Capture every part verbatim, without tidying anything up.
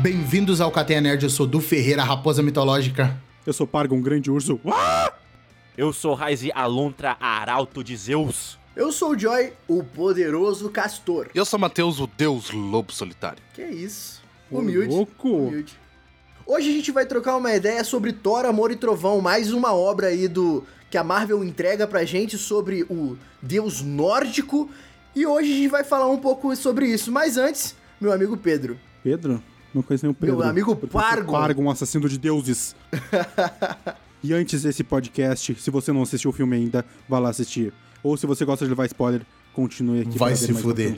bem-vindos ao Cateia Nerd, eu sou Du Ferreira, a raposa mitológica. Eu sou Pargo, um grande urso. Ah! Eu sou Raizi Alontra, arauto de Zeus. Eu sou o Joy, o poderoso castor. E eu sou Matheus, o deus lobo solitário. Que isso? Humilde. Louco. Humilde. Hoje a gente vai trocar uma ideia sobre Thor, Amor e Trovão, mais uma obra aí do que a Marvel entrega pra gente sobre o deus nórdico. E hoje a gente vai falar um pouco sobre isso. Mas antes, meu amigo Pedro. Pedro? Não conheço nenhum Pedro. Meu amigo Pargo. Pargo, um assassino de deuses. E antes desse podcast, se você não assistiu o filme ainda, vá lá assistir. Ou se você gosta de levar spoiler, continue aqui. Vai se fuder.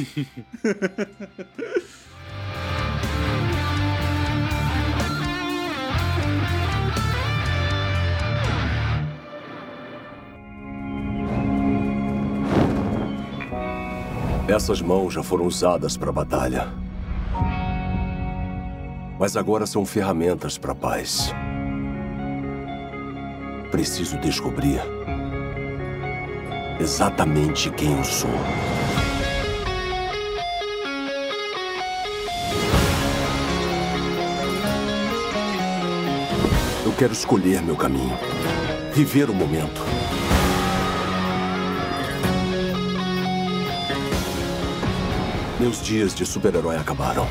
Essas mãos já foram usadas para a batalha. Mas agora são ferramentas para a paz. Preciso descobrir exatamente quem eu sou. Eu quero escolher meu caminho, viver o momento. Meus dias de super-herói acabaram.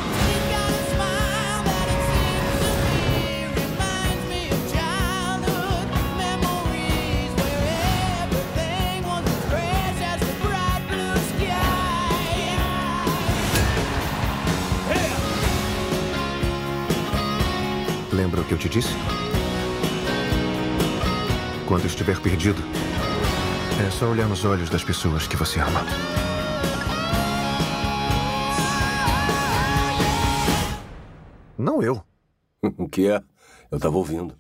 Lembra o que eu te disse? Quando estiver perdido, é só olhar nos olhos das pessoas que você ama. Não eu. O que é? Eu tava ouvindo.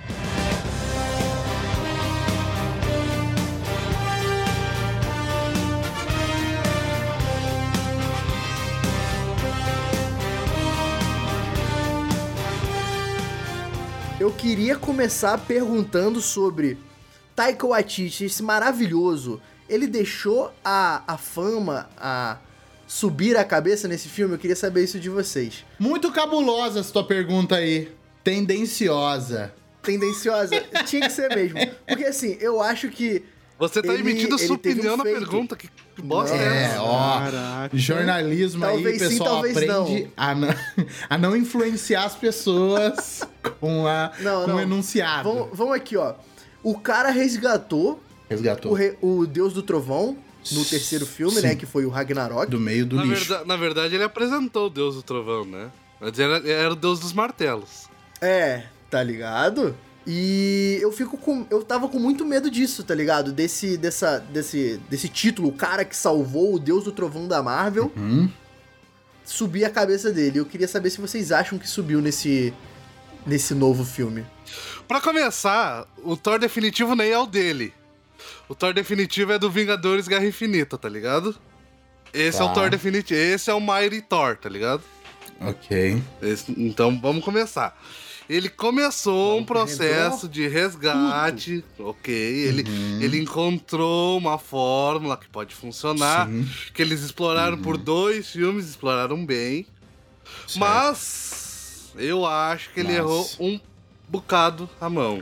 Eu queria começar perguntando sobre Taika Waititi, esse maravilhoso. Ele deixou a, a fama, a subir a cabeça nesse filme? Eu queria saber isso de vocês. Muito cabulosa essa tua pergunta aí. Tendenciosa. Tendenciosa? Tinha que ser mesmo. Porque assim, eu acho que Você tá ele- emitindo ele sua teve um opinião na feito. pergunta. Que, que bosta É, é essa? ó, Caraca. jornalismo Talvez aí, sim, pessoal talvez aprende não. a não, a não influenciar as pessoas com, a, Não, com não. o enunciado. Vamos, vamos aqui, ó. O cara resgatou Resgatou o, re- o Deus do Trovão no terceiro filme, Sim. né? Que foi o Ragnarok. do meio do Na, lixo. verda- na verdade, ele apresentou o deus do trovão, né? Mas era, era o deus dos martelos. É, tá ligado? E eu fico com. Eu tava com muito medo disso, tá ligado? Desse, dessa, desse, desse título, o cara que salvou o Deus do Trovão da Marvel, Hum? subir a cabeça dele. Eu queria saber se vocês acham que subiu nesse, nesse novo filme. Pra começar, o Thor definitivo nem é o dele. O Thor definitivo é do Vingadores Guerra Infinita, tá ligado? Esse Tá. é o Thor definitivo. Esse é o Mighty Thor, tá ligado? Ok. Esse- então vamos começar. Ele começou um processo de resgate, ok? Ele, ele encontrou uma fórmula que pode funcionar, Sim. que eles exploraram por dois filmes, exploraram bem. Certo. Mas eu acho que ele Mas- errou um bocado a mão.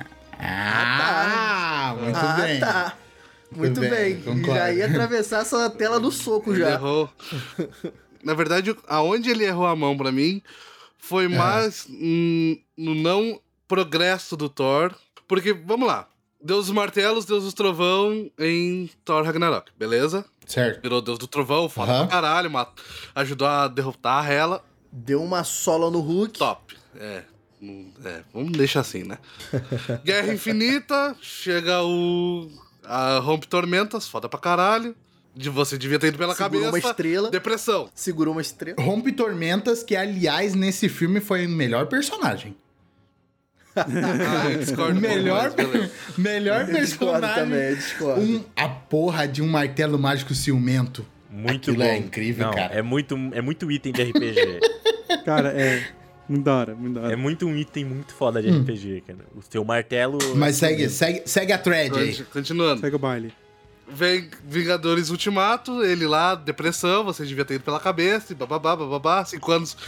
Ah, muito ah, bem. tá. Muito bem, bem. concordo. Já ia atravessar essa tela do soco Ele já. errou. Na verdade, aonde ele errou a mão pra mim foi mais hum, no não progresso do Thor. Porque, vamos lá. Deus dos martelos, Deus dos trovão em Thor Ragnarok, beleza? Certo. Virou Deus do trovão, foda Aham. pra caralho, mat- ajudou a derrotar ela. Deu uma sola no Hulk. Top. É, hum, é, vamos deixar assim, né? Guerra Infinita, chega o... A Rompe Tormentas, foda pra caralho. De você devia ter ido pela Segurou cabeça. uma estrela. Depressão. Segurou uma estrela. Rompe Tormentas, que aliás nesse filme foi o melhor personagem. Ah, eu discordo O um pouco, melhor, mas beleza. melhor Eu discordo personagem. também, eu discordo. Um, a porra de um martelo mágico ciumento. Muito Aquilo bom. é incrível, Não, cara. É muito, é muito item de R P G. Cara, é. Muito da hora, muito da hora. É muito um item muito foda de R P G, cara. O seu martelo... Mas segue, segue, segue a thread aí. Conti- Continuando. Segue o baile. Vem Vingadores Ultimato, ele lá, depressão, você devia ter ido pela cabeça, e bababá, bababá, cinco anos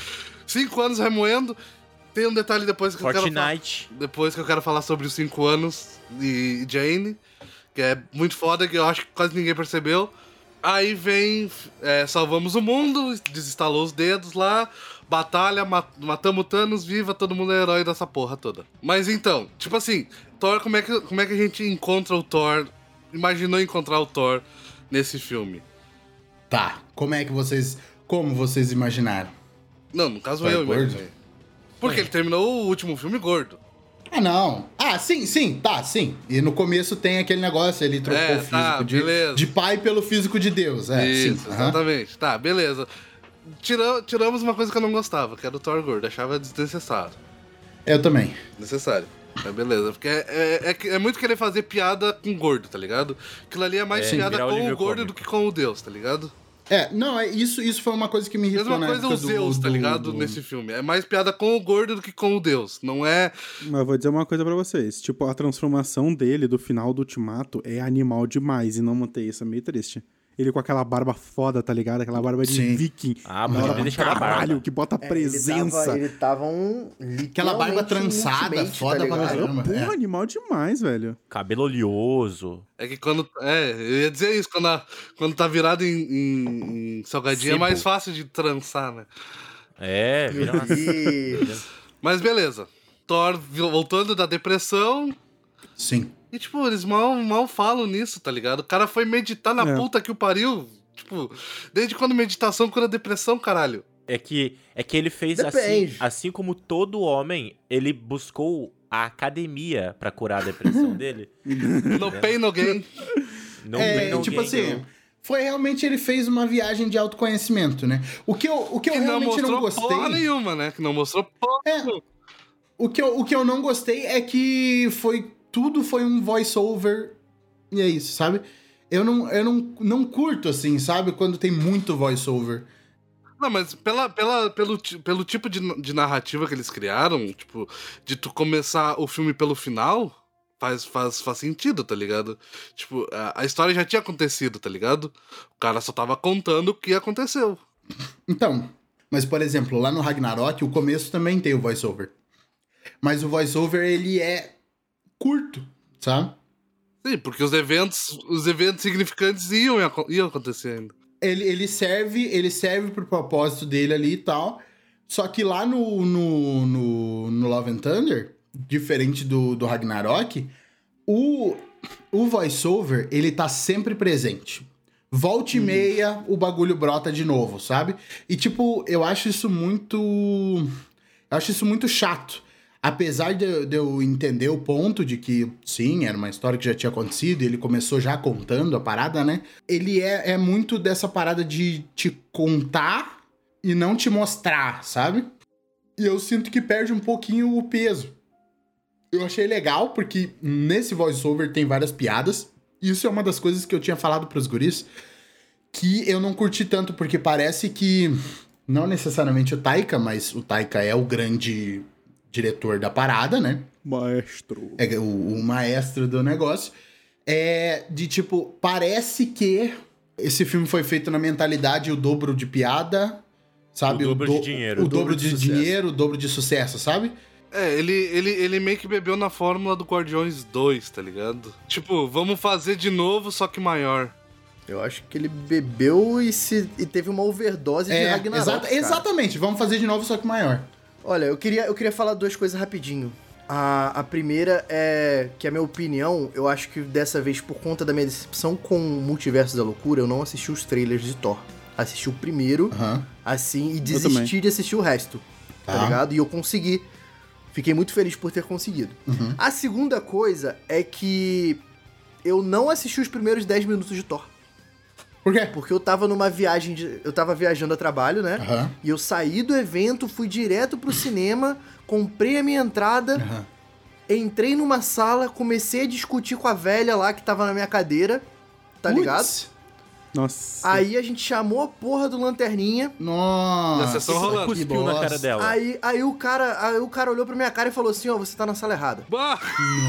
Cinco anos remoendo. Tem um detalhe depois que Fortnite. eu quero falar. Depois que eu quero falar sobre os cinco anos de Jane. Que é muito foda, que eu acho que quase ninguém percebeu. Aí vem, é, salvamos o mundo, desinstalou os dedos lá, batalha, mat matamos o Thanos, viva, todo mundo é herói dessa porra toda. Mas então, tipo assim, Thor, como é que, como é que a gente encontra o Thor, imaginou encontrar o Thor nesse filme? Tá, como é que vocês... Como vocês imaginaram? Não, no caso Thor eu gordo? imaginei. Porque ele terminou o último filme gordo. Ah, não. Ah, sim, sim, tá, sim. E no começo tem aquele negócio, ele trocou É, o físico tá, de, beleza. de pai pelo físico de Deus. É, Isso, sim. aham. exatamente. Tá, beleza. Tira, tiramos uma coisa que eu não gostava, que era o Thor gordo. Achava desnecessário. Eu também. Necessário. Mas beleza. Porque é, é, é, é muito querer fazer piada com gordo, tá ligado? Aquilo ali é mais É, piada virar o com o alívio gordo cômico. do que com o Deus, tá ligado? É, não, é, isso, isso foi uma coisa que me irritou Mesma na coisa época os do... Zeus, tá do- ligado? do- Nesse filme. É mais piada com o gordo do que com o Deus. Não é... Mas eu vou dizer uma coisa pra vocês. Tipo, a transformação dele do final do Ultimato é animal demais. E não manter isso é meio triste. Ele com aquela barba foda, tá ligado? Aquela barba de Sim. viking. Ah, Da mas hora ele pra deixava a barba. caralho, que bota presença. Ele tava, ele tava um... Aquela barba literalmente trançada, ultimate, foda tá pra ligado? caramba. Porra, É. animal demais, velho. Cabelo oleoso. É que quando... É, eu ia dizer isso. Quando, a- quando tá virado em, em, em salgadinho é Sebo. mais fácil de trançar, né? É, vira uma... E... Mas beleza. Thor voltando da depressão... Sim. E, tipo, eles mal, mal falam nisso, tá ligado? O cara foi meditar na É. puta que o pariu. Tipo, desde quando meditação cura depressão, caralho? É que, é que ele fez assim, Depende. assim como todo homem, ele buscou a academia pra curar a depressão dele. No pain, no gain. Não, É, não tipo gain, assim, não. foi realmente, ele fez uma viagem de autoconhecimento, né? O que eu, o que eu Que não realmente mostrou não gostei... porra nenhuma, né? Que não mostrou porra É. nenhuma. O que, eu, o que eu não gostei é que foi tudo foi um voice-over e é isso, sabe? Eu não, eu não, não curto, assim, sabe? Quando tem muito voice-over. Não, mas pela, pela, pelo, ti- pelo tipo de, de narrativa que eles criaram, tipo, de tu começar o filme pelo final, faz, faz, faz sentido, tá ligado? Tipo, a, a história já tinha acontecido, tá ligado? O cara só tava contando o que aconteceu. Então, mas por exemplo, lá no Ragnarok, o começo também tem o voice-over. Mas o voice-over, ele é curto, sabe? Sim, porque os eventos, os eventos significantes iam, aco- iam acontecer ainda. Ele, ele serve ele serve pro propósito dele ali e tal. Só que lá no, no, no, no Love and Thunder, diferente do, do Ragnarok, o, o voice-over, ele tá sempre presente. Volta e meia, o bagulho brota de novo, sabe? E, tipo, eu acho isso muito... Eu acho isso muito chato. Apesar de, de eu entender o ponto de que, sim, era uma história que já tinha acontecido, e ele começou já contando a parada, né? Ele é, é muito dessa parada de te contar e não te mostrar, sabe? E eu sinto que perde um pouquinho o peso. Eu achei legal, porque nesse voice-over tem várias piadas. Isso é uma das coisas que eu tinha falado pros guris, que eu não curti tanto, porque parece que, não necessariamente o Taika, mas o Taika é o grande diretor da parada, né? Maestro. É o, o maestro do negócio. É de tipo, parece que esse filme foi feito na mentalidade o dobro de piada, sabe? O dobro de dinheiro. O dobro de dinheiro, o dobro de sucesso, sabe? É, ele, ele, ele meio que bebeu na fórmula do Guardiões dois, tá ligado? Tipo, vamos fazer de novo, só que maior. Eu acho que ele bebeu e, se, e teve uma overdose de É, Ragnarok, exata- cara. exatamente. Vamos fazer de novo, só que maior. Olha, eu queria, eu queria falar duas coisas rapidinho. A, a primeira é que a minha opinião, eu acho que dessa vez, por conta da minha decepção com o Multiverso da Loucura, eu não assisti os trailers de Thor. Assisti o primeiro, Aham. assim, e também. desisti de assistir o resto, tá. Tá. ligado? E eu consegui. Fiquei muito feliz por ter conseguido. Uhum. A segunda coisa é que eu não assisti os primeiros dez minutos de Thor. Por quê? Porque eu tava numa viagem de... Eu tava viajando a trabalho, né? Aham. E eu saí do evento, fui direto pro cinema, comprei a minha entrada, Aham. entrei numa sala, comecei a discutir com a velha lá que tava na minha cadeira, tá ligado? Putz. Nossa. Aí a gente chamou a porra do Lanterninha. Nossa. Na sessão rolando. que Cuspiu na cara bosta. dela. Aí, aí, o cara, aí o cara olhou pra minha cara e falou assim, ó, você tá na sala errada. Bah!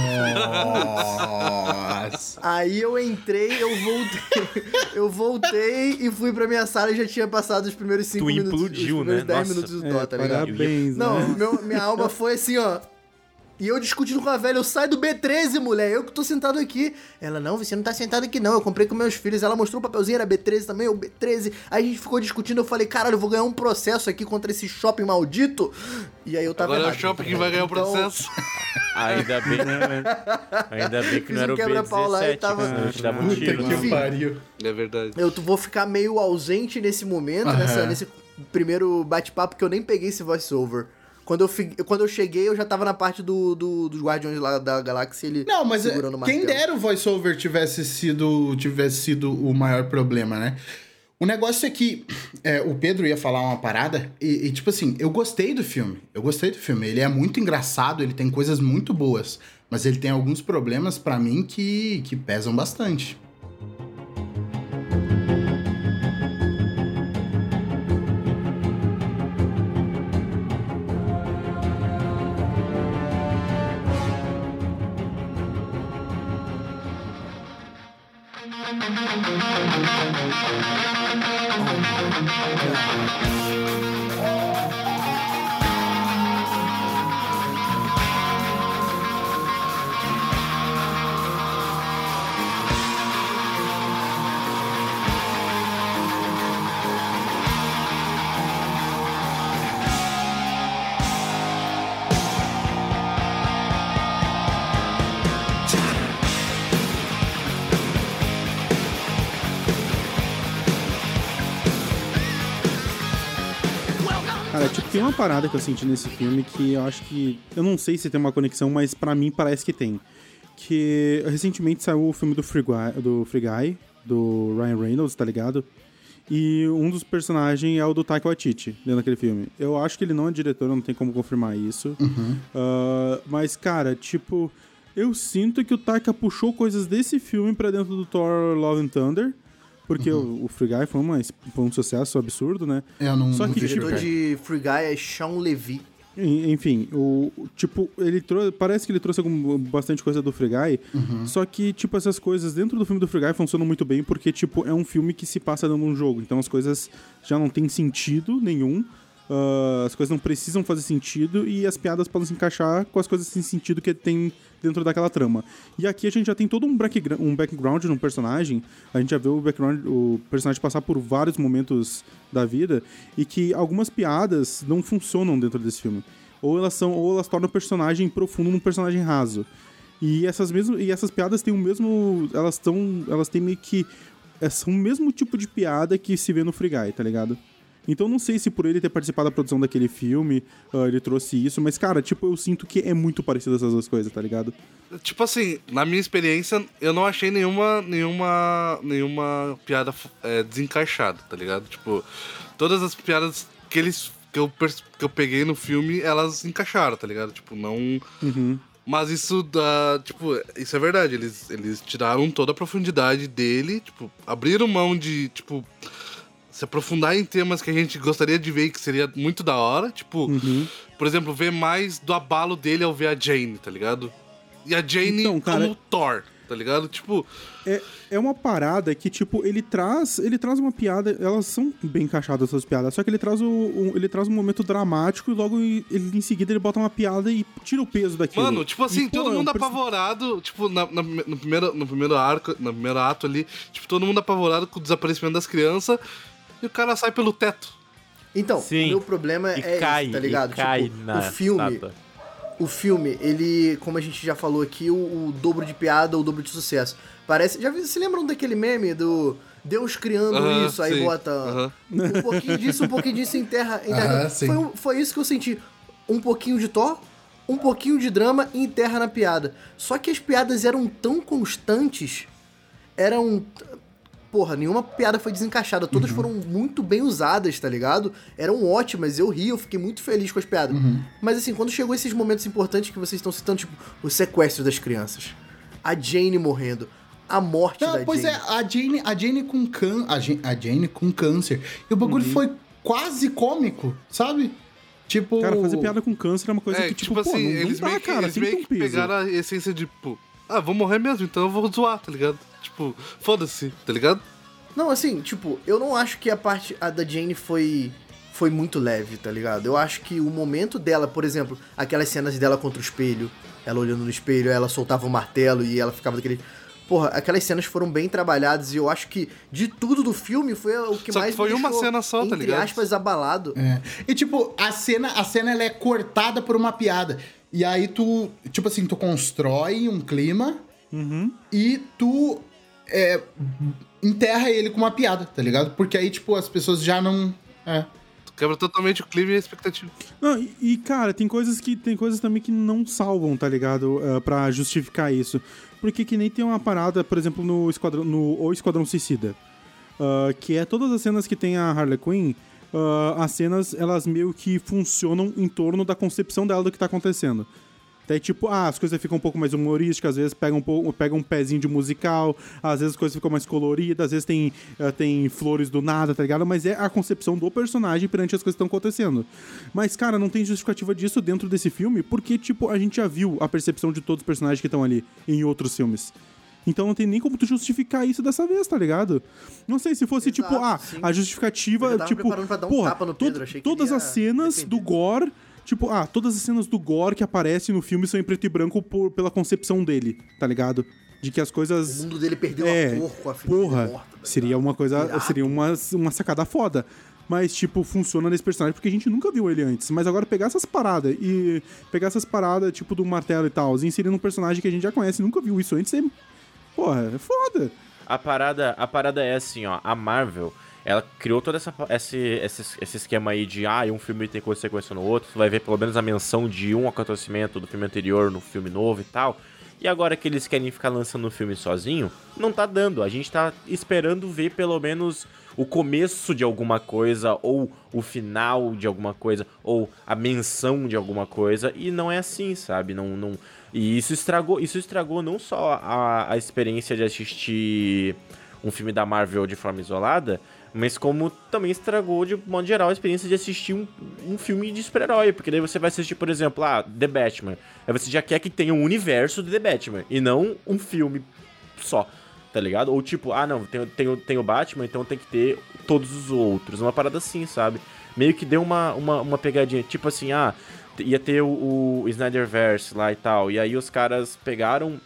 Nossa. Aí eu entrei, eu voltei, eu voltei e fui pra minha sala e já tinha passado os primeiros cinco Tu minutos. implodiu, os primeiros né? dez Nossa. minutos do É, Thor, tá ligado? parabéns, Não, né? meu- minha alma foi assim, ó. E eu discutindo com a velha, eu saio do B treze, mulher, eu que tô sentado aqui. Ela, não, você não tá sentado aqui não, eu comprei com meus filhos. Ela mostrou o papelzinho, era B treze também, o B treze. Aí a gente ficou discutindo, eu falei, caralho, eu vou ganhar um processo aqui contra esse shopping maldito. E aí eu tava Agora é o errado. shopping que vai ganhar o Então, processo. Ainda bem, ainda bem que Fiz não era um o B quebra-pau lá e dezessete, tava- senão a gente dava um Puta tiro. que né? pariu. É verdade. Eu t- vou ficar meio ausente nesse momento, Aham. nessa, nesse primeiro bate-papo, que eu nem peguei esse voice-over. Quando eu, fi- quando eu cheguei, eu já tava na parte do, do- dos Guardiões lá da Galáxia, ele Não, mas é, segurando o quem martelo. dera o voiceover tivesse sido, tivesse sido o maior problema, né? O negócio é que é, o Pedro ia falar uma parada e, e, tipo assim, eu gostei do filme. Eu gostei do filme. Ele é muito engraçado, ele tem coisas muito boas. Mas ele tem alguns problemas, pra mim, que, que pesam bastante. Cara, tipo, tem uma parada que eu senti nesse filme que eu acho que... Eu não sei se tem uma conexão, mas pra mim parece que tem. Que recentemente saiu o filme do Free Guy, do, Free Guy, do Ryan Reynolds, tá ligado? E um dos personagens é o do Taika Waititi, dentro daquele filme. Eu acho que ele não é diretor, não tem como confirmar isso. Ah, mas, cara, tipo... Eu sinto que o Taika puxou coisas desse filme pra dentro do Thor Love and Thunder. Porque o, o Free Guy foi, uma, foi um sucesso absurdo, né? Eu não, Só não que, vi O tipo, diretor de perto. de Free Guy é Sean Levy. En- Enfim, o o- tipo, ele trouxe, parece que ele trouxe algum, bastante coisa do Free Guy, só que, tipo, essas coisas dentro do filme do Free Guy funcionam muito bem porque, tipo, é um filme que se passa dentro de um jogo, então as coisas já não têm sentido nenhum, ah, as coisas não precisam fazer sentido e as piadas podem se encaixar com as coisas sem sentido que tem dentro daquela trama. E aqui a gente já tem todo um, backgra- um background no personagem, a gente já vê o background, o personagem passar por vários momentos da vida e que algumas piadas não funcionam dentro desse filme. Ou elas são, ou elas tornam o personagem profundo num personagem raso. E essas mesmo, e essas piadas têm o mesmo, elas estão, elas têm meio que é, são o mesmo tipo de piada que se vê no Free Guy, tá ligado? Então não sei se por ele ter participado da produção daquele filme, ah, ele trouxe isso, mas cara, tipo, eu sinto que é muito parecido essas duas coisas, tá ligado? Tipo assim, na minha experiência, eu não achei nenhuma, nenhuma, nenhuma piada é, desencaixada, tá ligado? Tipo, todas as piadas que eles que eu, pers- que eu peguei no filme, elas encaixaram, tá ligado? Tipo, não... Uhum. Mas isso dá, tipo, isso é verdade, eles, eles tiraram toda a profundidade dele, tipo, abriram mão de, tipo, se aprofundar em temas que a gente gostaria de ver e que seria muito da hora, tipo, Uhum. por exemplo, ver mais do abalo dele ao ver a Jane, tá ligado? E a Jane Então, cara- como Thor, tá ligado? Tipo, É, é uma parada que, tipo, ele traz. Ele traz uma piada. Elas são bem encaixadas, essas piadas. Só que ele traz, o, um, ele traz um momento dramático e logo ele, em seguida ele bota uma piada e tira o peso daquilo. mano, tipo assim, E, pô, todo é um mundo perso- apavorado, tipo, na, na- no, primeiro, no primeiro arco, no primeiro ato ali, tipo, todo mundo apavorado com o desaparecimento das crianças e o cara sai pelo teto. Então, Sim. o meu problema E é cai, esse, tá ligado? e cai tipo, na o filme, estátua. o filme, ele, como a gente já falou aqui, o, o dobro de piada, o dobro de sucesso. Parece, já vi- se lembram daquele meme do Deus criando Aham, isso, aí sim, bota aham. um pouquinho disso, um pouquinho disso, enterra, enterra. Aham, sim. foi, um- foi isso que eu senti. Um pouquinho de Thor, um pouquinho de drama e enterra na piada. Só que as piadas eram tão constantes, eram... Porra, nenhuma piada foi desencaixada, todas foram muito bem usadas, tá ligado? Eram ótimas, eu ri, eu fiquei muito feliz com as piadas. Mas assim, quando chegou esses momentos importantes que vocês estão citando, tipo, o sequestro das crianças, a Jane morrendo, a morte Não, da pois Jane. é, a Jane, a Jane com can, a Jane, a Jane com câncer. E o bagulho Uhum. foi quase cômico, sabe? Tipo... Cara, fazer piada com câncer é uma coisa É, que, tipo, tipo, pô, assim, não, não eles dá, meio que, cara, eles tem que ter meio um que peso. pegaram a essência de, tipo, ah, vou morrer mesmo, então eu vou zoar, tá ligado? Tipo, foda-se, tá ligado? Não, assim, tipo, eu não acho que a parte a da Jane foi foi muito leve, tá ligado? Eu acho que o momento dela, por exemplo, aquelas cenas dela contra o espelho, ela olhando no espelho, ela soltava o martelo e ela ficava daquele... Porra, aquelas cenas foram bem trabalhadas e eu acho que de tudo do filme foi o que Só que mais foi me uma deixou, cena só, tá entre ligado? aspas, abalado. É. E, tipo, a cena, a cena ela é cortada por uma piada. E aí tu, tipo assim, tu constrói um clima e tu é, enterra ele com uma piada, tá ligado? Porque aí, tipo, as pessoas já não... É. Quebra totalmente o clima e a expectativa. Não, e, e, cara, tem coisas que tem coisas também que não salvam, tá ligado? Uh, pra justificar isso. Porque que nem tem uma parada, por exemplo, no Esquadrão, no O Esquadrão Suicida. Uh, que é todas as cenas que tem a Harley Quinn, uh, as cenas, elas meio que funcionam em torno da concepção dela do que tá acontecendo. Daí, tipo, ah, as coisas ficam um pouco mais humorísticas, às vezes pega um, pouco, pega um pezinho de musical, às vezes as coisas ficam mais coloridas, às vezes tem, uh, tem flores do nada, tá ligado? Mas é a concepção do personagem perante as coisas que estão acontecendo. Mas, cara, não tem justificativa disso dentro desse filme, porque, tipo, a gente já viu a percepção de todos os personagens que estão ali em outros filmes. Então não tem nem como tu justificar isso dessa vez, tá ligado? Não sei, se fosse, Exato, tipo, ah, sim. a Eu justificativa, já tava tipo, preparando pra dar um porra, tapa no to- Pedro, achei que todas ele ia as cenas defender. do gore... Tipo, ah, todas as cenas do gore que aparecem no filme são em preto e branco por, pela concepção dele, tá ligado? De que as O coisas... mundo dele perdeu É, a cor com a filha porra, dele morta. tá seria ligado? uma coisa... Irado. Seria uma, uma sacada foda. Mas, tipo, funciona nesse personagem porque a gente nunca viu ele antes. Mas agora pegar essas paradas e... Pegar essas paradas, tipo, do martelo e tal, e inserir num personagem que a gente já conhece e nunca viu isso antes, é... Porra, é foda. A parada, a parada é assim, ó, a Marvel, ela criou todo essa, esse, esse, esse esquema aí de, ah, um filme tem consequência no outro, tu vai ver pelo menos a menção de um acontecimento do filme anterior no filme novo e tal, e agora que eles querem ficar lançando o filme sozinho, não tá dando, a gente tá esperando ver pelo menos o começo de alguma coisa, ou o final de alguma coisa, ou a menção de alguma coisa, e não é assim, sabe, não... não... E isso estragou, isso estragou não só a, a experiência de assistir um filme da Marvel de forma isolada, mas como também estragou, de modo geral, a experiência de assistir um, um filme de super-herói. Porque daí você vai assistir, por exemplo, ah, The Batman. Aí você já quer que tenha um universo de The Batman, e não um filme só, tá ligado? Ou tipo, ah, não, tem, tem, tem o Batman, então tem que ter todos os outros. Uma parada assim, sabe? Meio que deu uma, uma, uma pegadinha, tipo assim, ah... ia ter o, o Snyderverse lá e tal, e aí os caras pegaram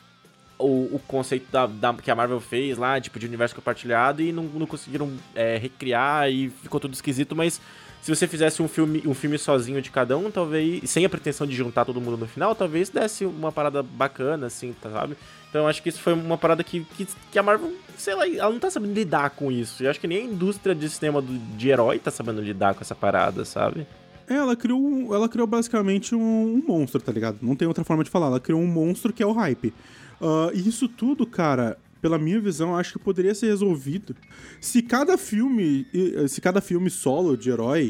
o, o conceito da, da, que a Marvel fez lá, tipo, de universo compartilhado, e não, não conseguiram é, recriar, e ficou tudo esquisito, mas se você fizesse um filme, um filme sozinho de cada um, talvez, sem a pretensão de juntar todo mundo no final, talvez desse uma parada bacana, assim, tá, sabe? Então eu acho que isso foi uma parada que, que, que a Marvel, sei lá, ela não tá sabendo lidar com isso. Eu acho que nem a indústria de cinema do, de herói tá sabendo lidar com essa parada, sabe? É, ela criou, um- ela criou basicamente um, um monstro, tá ligado? Não tem outra forma de falar. Ela criou um monstro que é o hype. Ah, e isso tudo, cara, pela minha visão, eu acho que poderia ser resolvido se cada filme, eh, se cada filme solo de herói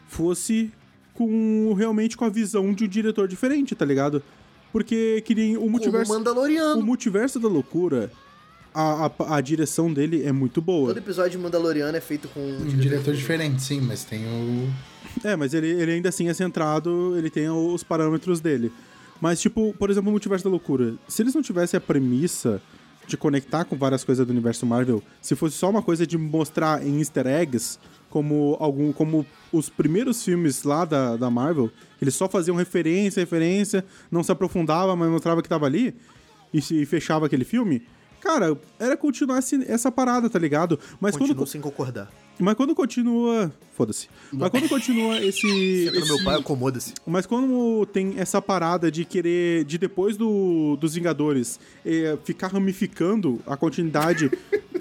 fosse com realmente com a visão de um diretor diferente, tá ligado? Porque que nem o Como multiverso, o Mandaloriano. o multiverso da loucura, a, a, a direção dele é muito boa. Todo episódio de Mandaloriano é feito com Um diretor diferente, sim, mas tem o... É, mas ele, ele ainda assim é centrado, ele tem os parâmetros dele. Mas, tipo, por exemplo, o Multiverso da Loucura. Se eles não tivessem a premissa de conectar com várias coisas do universo Marvel, se fosse só uma coisa de mostrar em easter eggs, como, algum, como os primeiros filmes lá da, da Marvel, eles só faziam referência, referência, não se aprofundava, mas mostrava que tava ali, e se fechava aquele filme... Cara, era continuar esse- essa parada, tá ligado? Mas Continuo quando, sem concordar. mas quando continua... Foda-se. Mas quando continua esse... Senta no esse- meu pai, acomoda-se. Mas quando tem essa parada de querer, de depois do, dos Vingadores, eh, ficar ramificando a continuidade,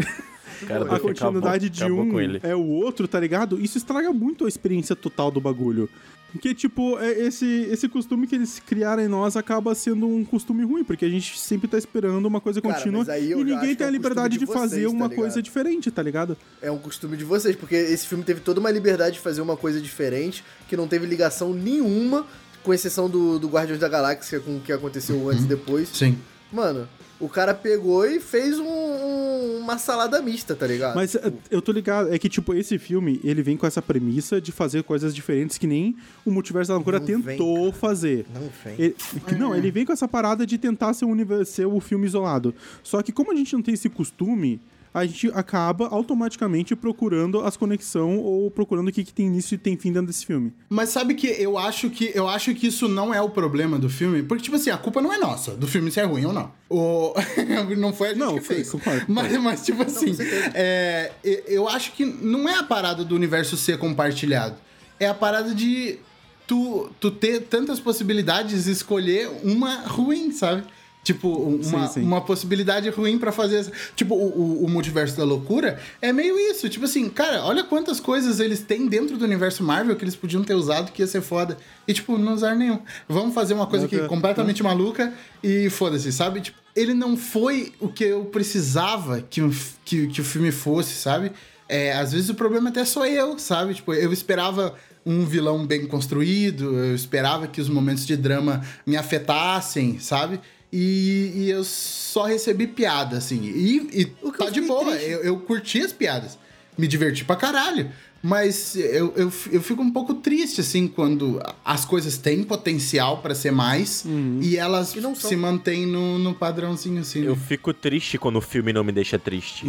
Cara, a continuidade de acabou um com ele. é o outro, tá ligado? Isso estraga muito a experiência total do bagulho. Porque, tipo, é esse, esse costume que eles criaram em nós acaba sendo um costume ruim, porque a gente sempre tá esperando uma coisa Cara, contínua mas aí eu e já ninguém acho que tem é a um liberdade de, costume de fazer vocês, tá uma ligado? coisa diferente, tá ligado? É um costume de vocês, porque esse filme teve toda uma liberdade de fazer uma coisa diferente, que não teve ligação nenhuma, com exceção do, do Guardiões da Galáxia com o que aconteceu antes e depois. Sim. Mano, o cara pegou e fez um, um, uma salada mista, tá ligado? Mas uh, eu tô ligado, é que, tipo, esse filme, ele vem com essa premissa de fazer coisas diferentes que nem o Multiverso da Loucura Não tentou vem, fazer. Não vem. Ele, que, não, ele vem com essa parada de tentar ser, um universo, ser o filme isolado. Só que como a gente não tem esse costume, a gente acaba automaticamente procurando as conexões ou procurando o que, que tem início e tem fim dentro desse filme. Mas sabe que eu acho que eu acho que isso não é o problema do filme, porque, tipo assim, a culpa não é nossa, do filme se é ruim ou não. O... não foi a gente não, que fez. Foi, concordo. Mas, mas, tipo assim, é, eu acho que não é a parada do universo ser compartilhado. É a parada de tu, tu ter tantas possibilidades e escolher uma ruim, sabe? Tipo, uma, sim, sim. uma possibilidade ruim pra fazer... Tipo, o, o, o Multiverso da Loucura é meio isso. Tipo assim, cara, olha quantas coisas eles têm dentro do universo Marvel que eles podiam ter usado que ia ser foda. E, tipo, não usaram nenhum. Vamos fazer uma coisa aqui completamente maluca e foda-se, sabe? Tipo, ele não foi o que eu precisava que, que, que o filme fosse, sabe? É, às vezes o problema até sou eu, sabe? Tipo, eu esperava um vilão bem construído, eu esperava que os momentos de drama me afetassem, sabe? E, e eu só recebi piada, assim. E, e tá de boa, eu, eu curti as piadas. Me diverti pra caralho. Mas eu, eu, eu fico um pouco triste, assim, quando as coisas têm potencial pra ser mais uhum. e elas e se mantêm no, no padrãozinho, assim. Eu né? fico triste quando o filme não me deixa triste.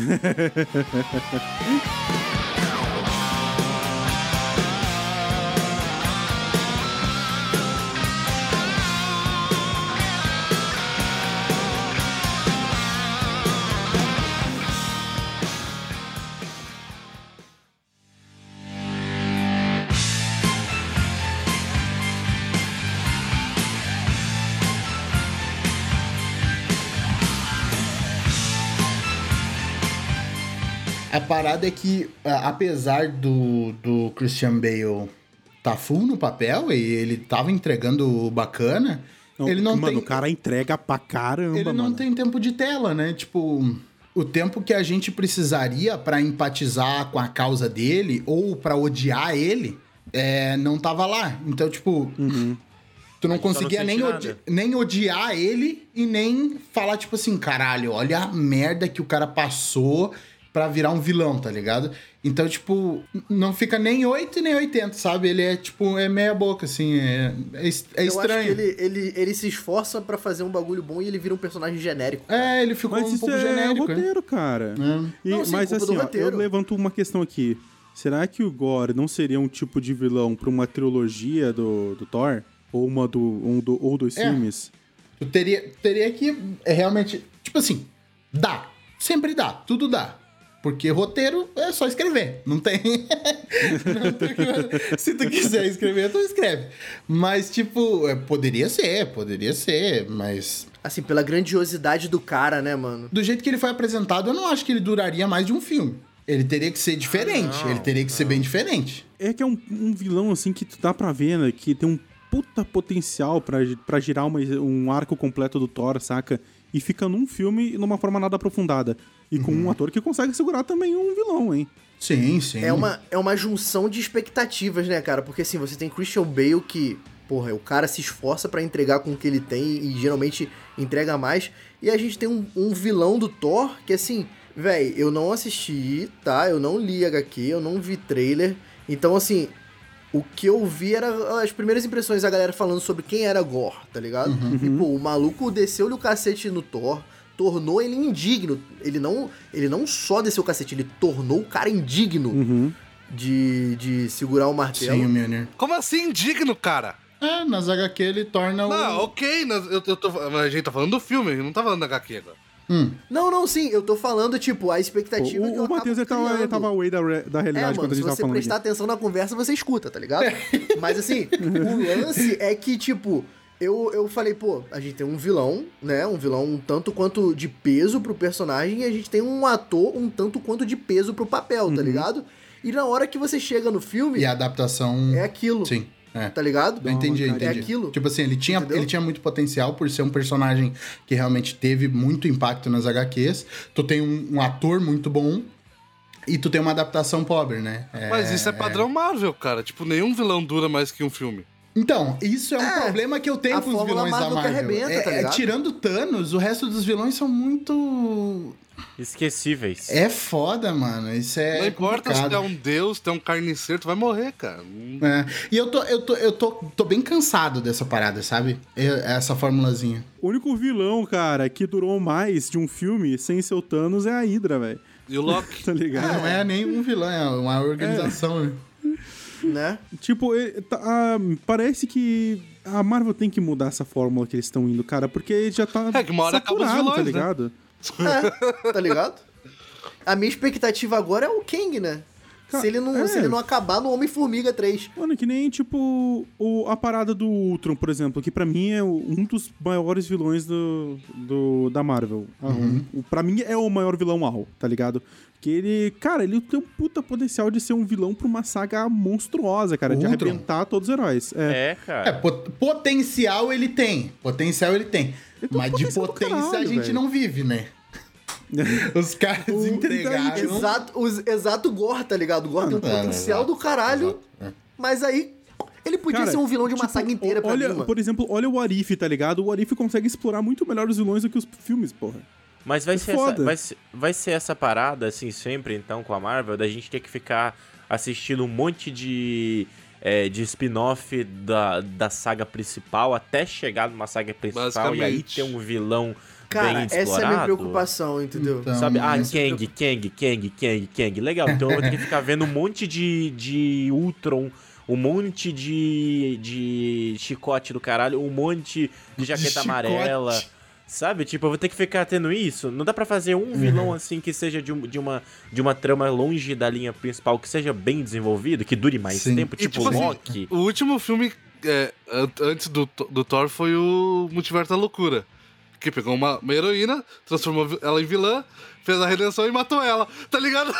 A parada é que, apesar do, do Christian Bale tá full no papel e ele tava entregando bacana, não, ele não mano, tem... o cara entrega pra caramba, Ele não mano. tem tempo de tela, né? Tipo, o tempo que a gente precisaria pra empatizar com a causa dele ou pra odiar ele, é, não tava lá. Então, tipo... Uhum. Tu não conseguia não nem, odi- nem odiar ele e nem falar, tipo assim, caralho, olha a merda que o cara passou pra virar um vilão, tá ligado? Então, tipo, não fica nem oito e nem oitenta, sabe? Ele é, tipo, é meia boca, assim, é, é, é estranho. Eu acho que ele, ele, ele se esforça pra fazer um bagulho bom e ele vira um personagem genérico. É, ele ficou mas um pouco é genérico. Mas isso é roteiro, cara. É. E, não, sim, mas assim, ó, eu levanto uma questão aqui. Será que o Gore não seria um tipo de vilão pra uma trilogia do, do Thor? Ou uma do, um do, ou dois é. filmes? Tu teria, teria que é, realmente... Tipo assim, dá. Sempre dá. Tudo dá. Porque roteiro é só escrever. Não tem... não tem que... Se tu quiser escrever, tu escreve. Mas, tipo, poderia ser, poderia ser, mas... Assim, pela grandiosidade do cara, né, mano? Do jeito que ele foi apresentado, eu não acho que ele duraria mais de um filme. Ele teria que ser diferente. Ah, não, ele teria que não. ser bem diferente. É que é um, um vilão, assim, que tu dá pra ver, né? Que tem um puta potencial pra, pra girar uma, um arco completo do Thor, saca? E fica num filme numa forma nada aprofundada. E com uhum. um ator que consegue segurar também um vilão, hein? Sim, sim. É uma, é uma junção de expectativas, né, cara? Porque assim, você tem Christian Bale que, porra, o cara se esforça pra entregar com o que ele tem e geralmente entrega mais. E a gente tem um, um vilão do Thor que, assim, véi, eu não assisti, tá? Eu não li H Q, eu não vi trailer. Então, assim, o que eu vi era as primeiras impressões da galera falando sobre quem era Gore, tá ligado? Uhum. E, pô, o maluco desceu-lhe o cacete no Thor, tornou ele indigno. Ele não, ele não só desceu o cacete, ele tornou o cara indigno uhum. de, de segurar o martelo. Sim, o Mjolnir. Como assim indigno, cara? É, nas H Q ele torna o... Não, ok, nas, eu, eu tô, a gente tá falando do filme, não tá falando da H Q agora. Hum. Não, não, sim, eu tô falando, tipo, a expectativa o, que eu o Matheus ele tava, ele tava away da, re, da realidade é, quando mano, a gente tava falando. se você prestar aqui. atenção na conversa, você escuta, tá ligado? Mas assim, o lance é que, tipo, eu, eu falei, pô, a gente tem um vilão, né? Um vilão um tanto quanto de peso pro personagem e a gente tem um ator um tanto quanto de peso pro papel, uhum. tá ligado? E na hora que você chega no filme... E a adaptação... É aquilo. Sim. É. Tá ligado? Eu entendi, entendi. É aquilo. Tipo assim, ele tinha, ele tinha muito potencial por ser um personagem que realmente teve muito impacto nas H Qs. Tu tem um, um ator muito bom e tu tem uma adaptação pobre, né? É, Mas isso é padrão Marvel, cara. Tipo, nenhum vilão dura mais que um filme. Então, isso é um É, problema que eu tenho a com os fórmula vilões da Marvel que Marvel. arrebenta, é, tá é, ligado? tirando Thanos, o resto dos vilões são muito... Esquecíveis. É foda, mano. Isso é Não importa se complicado. tu é um deus, tu é um carniceiro, tu vai morrer, cara. É. E eu, tô, eu, tô, eu tô, tô bem cansado dessa parada, sabe? Eu- essa formulazinha. O único vilão, cara, que durou mais de um filme sem ser o Thanos é a Hydra, velho. E o Loki? Tá ligado? Não é nenhum vilão, é uma organização, né? Né? Tipo, ele- tá- ah, parece que a Marvel tem que mudar essa fórmula que eles estão indo, cara, porque já tá É que uma hora acaba os saturado, vilões, tá né? ligado? É, tá ligado? A minha expectativa agora é o Kang, né? Ca- Se ele, não, é. se ele não acabar no Homem-Formiga três. Mano, que nem, tipo, o, a parada do Ultron, por exemplo, que pra mim é o- um dos maiores vilões do, do, da Marvel. Ah, um- o- pra mim é o maior vilão Al, tá ligado? Que ele, cara, ele tem um puta potencial de ser um vilão pra uma saga monstruosa, cara, O de Ultron? arrebentar todos os heróis. É. É, É, cara. pot- potencial ele tem. Potencial ele tem. Ele tem Mas de potencial do potência a caralho, gente velho. não vive, né? Os caras O- entregaram. Exato, os, exato Gore, tá ligado? O Gore tem um É, potencial exato, do caralho, exato, é. mas aí ele podia Cara, ser um vilão de uma tipo, saga inteira pra olha, mim, mano. por exemplo, olha o Arif, tá ligado? O Arif consegue explorar muito melhor os vilões do que os filmes, porra. Mas vai É ser, essa, foda. vai, ser, vai ser essa parada, assim, sempre, então, com a Marvel, da gente ter que ficar assistindo um monte de, é, de spin-off da, da saga principal até chegar numa saga principal e aí Basicamente. ter um vilão Cara, bem essa é a minha explorado. preocupação, entendeu? Então, Sabe? Ah, essa é a Kang, Kang, Kang, Kang, Kang. Legal, então eu vou ter que ficar vendo um monte de, de Ultron, um monte de, de chicote do caralho, um monte de jaqueta chicote. amarela. Sabe? Tipo, eu vou ter que ficar tendo isso. Não dá pra fazer um vilão assim que seja de, um- de, uma, de uma trama longe da linha principal, que seja bem desenvolvido, que dure mais Sim. tempo, E, tipo tipo assim, Loki. O último filme é, an- antes do, do Thor foi o Multiverso da Loucura. Que pegou uma, uma heroína, transformou vi- ela em vilã, fez a redenção e matou ela. Tá ligado?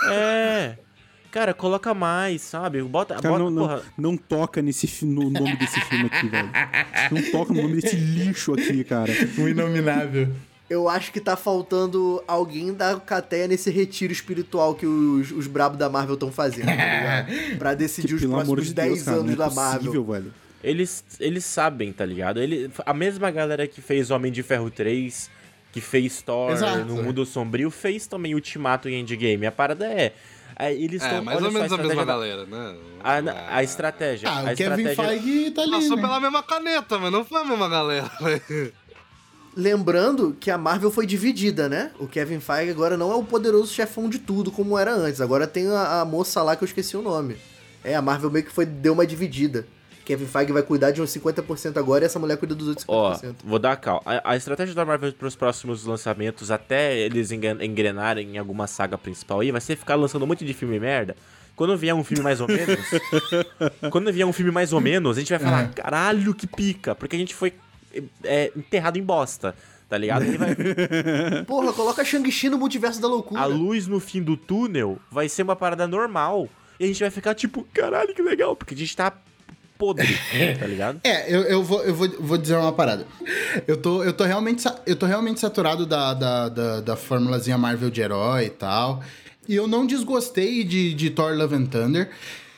É. Cara, coloca mais, sabe? Bota, Cara, bota não, não, porra. não toca nesse, fi- no nome desse filme aqui, velho. Não toca no nome desse lixo aqui, cara. Um inominável. Eu acho que tá faltando alguém da cateia nesse retiro espiritual que os, os brabos da Marvel estão fazendo, tá ligado? Pra decidir os Pelo amor próximos de dez Deus, cara, anos não é da Marvel. possível, velho. Eles, eles sabem, tá ligado? Ele, a mesma galera que fez Homem de Ferro três, que fez Thor Exato. no Mundo Sombrio, fez também Ultimato e Endgame. A parada é... é, eles É, tão, mais olha ou só menos a mesma estratégia da- galera, né? A, a estratégia. Ah, a o Kevin estratégia... Feige tá ali, Passou né? pela mesma caneta, mas não foi a mesma galera. velho. Lembrando que a Marvel foi dividida, né? O Kevin Feige agora não é o poderoso chefão de tudo como era antes. Agora tem a, a moça lá que eu esqueci o nome. É, a Marvel meio que foi, deu uma dividida. Kevin Feige vai cuidar de uns cinquenta por cento agora e essa mulher cuida dos outros cinquenta Ó, por cento. vou dar calma. A, a estratégia da Marvel para os próximos lançamentos, até eles engan- engrenarem em alguma saga principal aí, vai ser ficar lançando um monte de filme merda. Quando vier um filme mais ou menos... quando vier um filme mais ou menos, a gente vai falar, caralho, que pica. Porque a gente foi é, enterrado em bosta, tá ligado? Aí vai... Porra, coloca Shang-Chi no Multiverso da Loucura. A luz no fim do túnel vai ser uma parada normal. E a gente vai ficar tipo, caralho, que legal. Porque a gente tá podre, tá ligado? É, eu, eu, vou, eu vou, vou dizer uma parada. Eu tô, eu tô, realmente, sa- eu tô realmente saturado da, da, da, da formulazinha Marvel de herói e tal. E eu não desgostei de, de Thor Love and Thunder.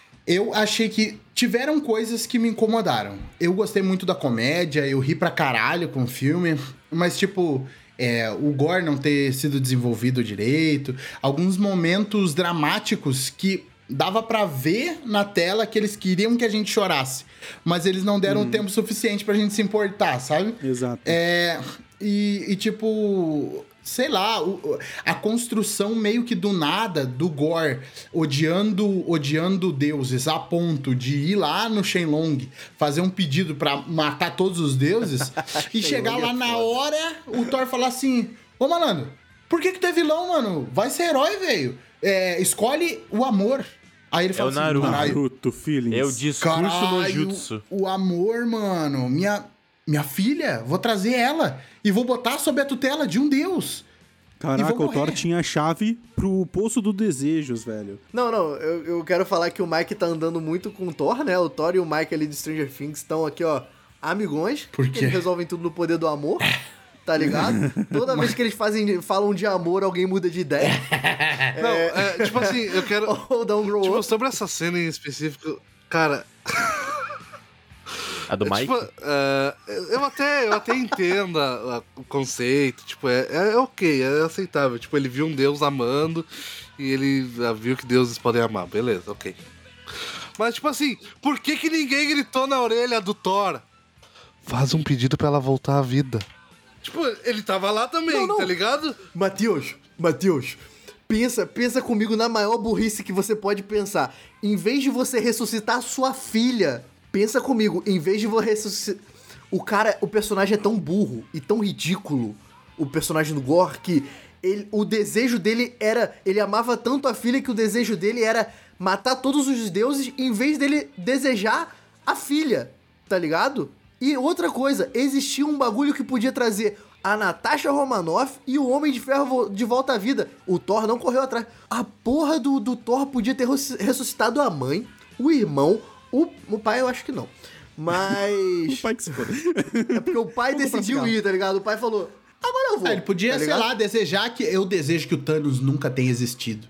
Eu achei que tiveram coisas que me incomodaram. Eu gostei muito da comédia, eu ri pra caralho com o filme. Mas, tipo, é, o gore não ter sido desenvolvido direito. Alguns momentos dramáticos que... dava pra ver na tela que eles queriam que a gente chorasse. Mas eles não deram tempo suficiente pra gente se importar, sabe? Exato. É... E, e, tipo... Sei lá, o- a construção meio que do nada, do Gore, odiando, odiando deuses, a ponto de ir lá no Shenlong, fazer um pedido pra matar todos os deuses, e chegar lá na hora, o Thor falar assim, ô malandro, por que que tu é vilão, mano? Vai ser herói, velho. É, escolhe o amor. Aí ele É fala o assim, Naruto. caralho, Naruto Feelings. É o discurso no caralho, jutsu. o amor, mano, minha... Minha filha, vou trazer ela e vou botar sob a tutela de um deus. E Caraca, vou o Thor morrer. tinha a chave pro Poço dos Desejos, velho. Não, não, eu, eu quero falar que o Mike tá andando muito com o Thor, né? O Thor e o Mike ali de Stranger Things estão aqui, ó, amigões. Por porque quê? Eles resolvem tudo no poder do amor, tá ligado? Toda vez que eles fazem, falam de amor, alguém muda de ideia. Não, é, tipo assim, eu quero... Ou dá um grow Tipo, up. sobre essa cena em específico, cara... A do É, Mike? tipo, é, eu, até, eu até entendo a- a- o conceito, tipo, é, é ok, é aceitável. Tipo, ele viu um Deus amando e ele ah, viu que deuses podem amar, beleza, ok. Mas, tipo assim, por que que ninguém gritou na orelha do Thor? Faz um pedido pra ela voltar à vida. Tipo, ele tava lá também, Não, não. tá ligado? Matheus, Matheus, pensa, pensa comigo na maior burrice que você pode pensar. Em vez de você ressuscitar sua filha, pensa comigo, em vez de você ressuscitar... O cara, o personagem é tão burro e tão ridículo, o personagem do Gore, que ele, o desejo dele era... Ele amava tanto a filha que o desejo dele era matar todos os deuses em vez dele desejar a filha, tá ligado? E outra coisa, existia um bagulho que podia trazer a Natasha Romanoff e o Homem de Ferro vo- de volta à vida. O Thor não correu atrás. A porra do, do Thor podia ter res- ressuscitado a mãe, o irmão, o, o pai eu acho que não. Mas... O pai que se foda. É porque o pai Vamos comprar decidiu cigarro. ir, tá ligado? O pai falou, agora eu vou. Ah, ele podia, tá sei ligado? lá, desejar que... Eu desejo que o Thanos nunca tenha existido.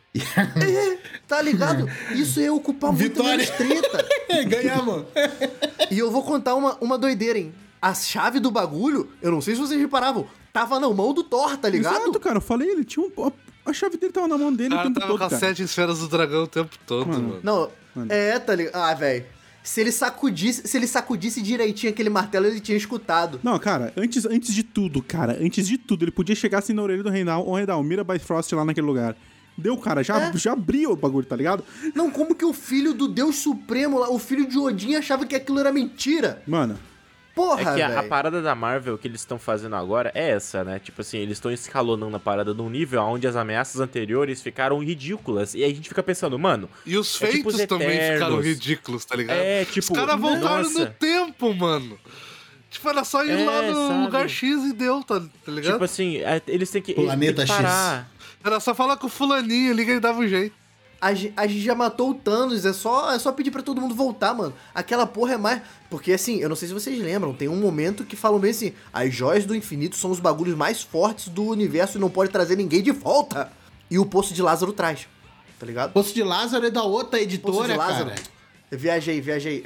Tá ligado? Isso ia ocupar muito Vitória. menos treta. Ganhamos. E eu vou contar uma, uma doideira, hein? A chave do bagulho, eu não sei se vocês reparavam, tava na mão do Thor, tá ligado? Exato, cara. Eu falei, ele tinha um... A chave dele tava na mão dele O o cara tempo tava todo, com as cara. sete esferas do dragão o tempo todo, Mano. mano. Não, Mano. é, tá ligado? Ah, velho. Se ele sacudisse, se ele sacudisse direitinho aquele martelo, ele tinha escutado. Não, cara, antes, antes de tudo, cara, antes de tudo, ele podia chegar assim na orelha do Reinal, ô Reinal, mira Bifrost lá naquele lugar. Deu, cara, já, É. já abriu o bagulho, tá ligado? Não, como que o filho do Deus Supremo lá, o filho de Odin, achava que aquilo era mentira? Mano, Porra, É que a, a velho. parada da Marvel que eles estão fazendo agora é essa, né? Tipo assim, eles estão escalonando a parada num nível onde as ameaças anteriores ficaram ridículas. E aí a gente fica pensando, mano. E os É tipo feitos os também Eternos. ficaram ridículos, tá ligado? É, tipo, Os caras voltaram nossa. no tempo, mano. Tipo, era só ir É, lá no sabe? lugar X e deu, tá, tá ligado? Tipo assim, é, eles têm que, Planeta eles têm que parar. Era só falar com o fulaninho ali que ele dava um jeito. A, gen- a gente já matou o Thanos, é só, é só pedir pra todo mundo voltar, mano. Aquela porra é mais... Porque assim, eu não sei se vocês lembram, tem um momento que falam bem assim, as joias do infinito são os bagulhos mais fortes do universo e não pode trazer ninguém de volta. E o Poço de Lázaro traz, tá ligado? Poço de Lázaro é da outra Poço editora, de Lázaro. cara. Eu viajei, viajei.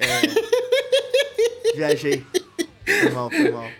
É... viajei. Foi mal, foi mal.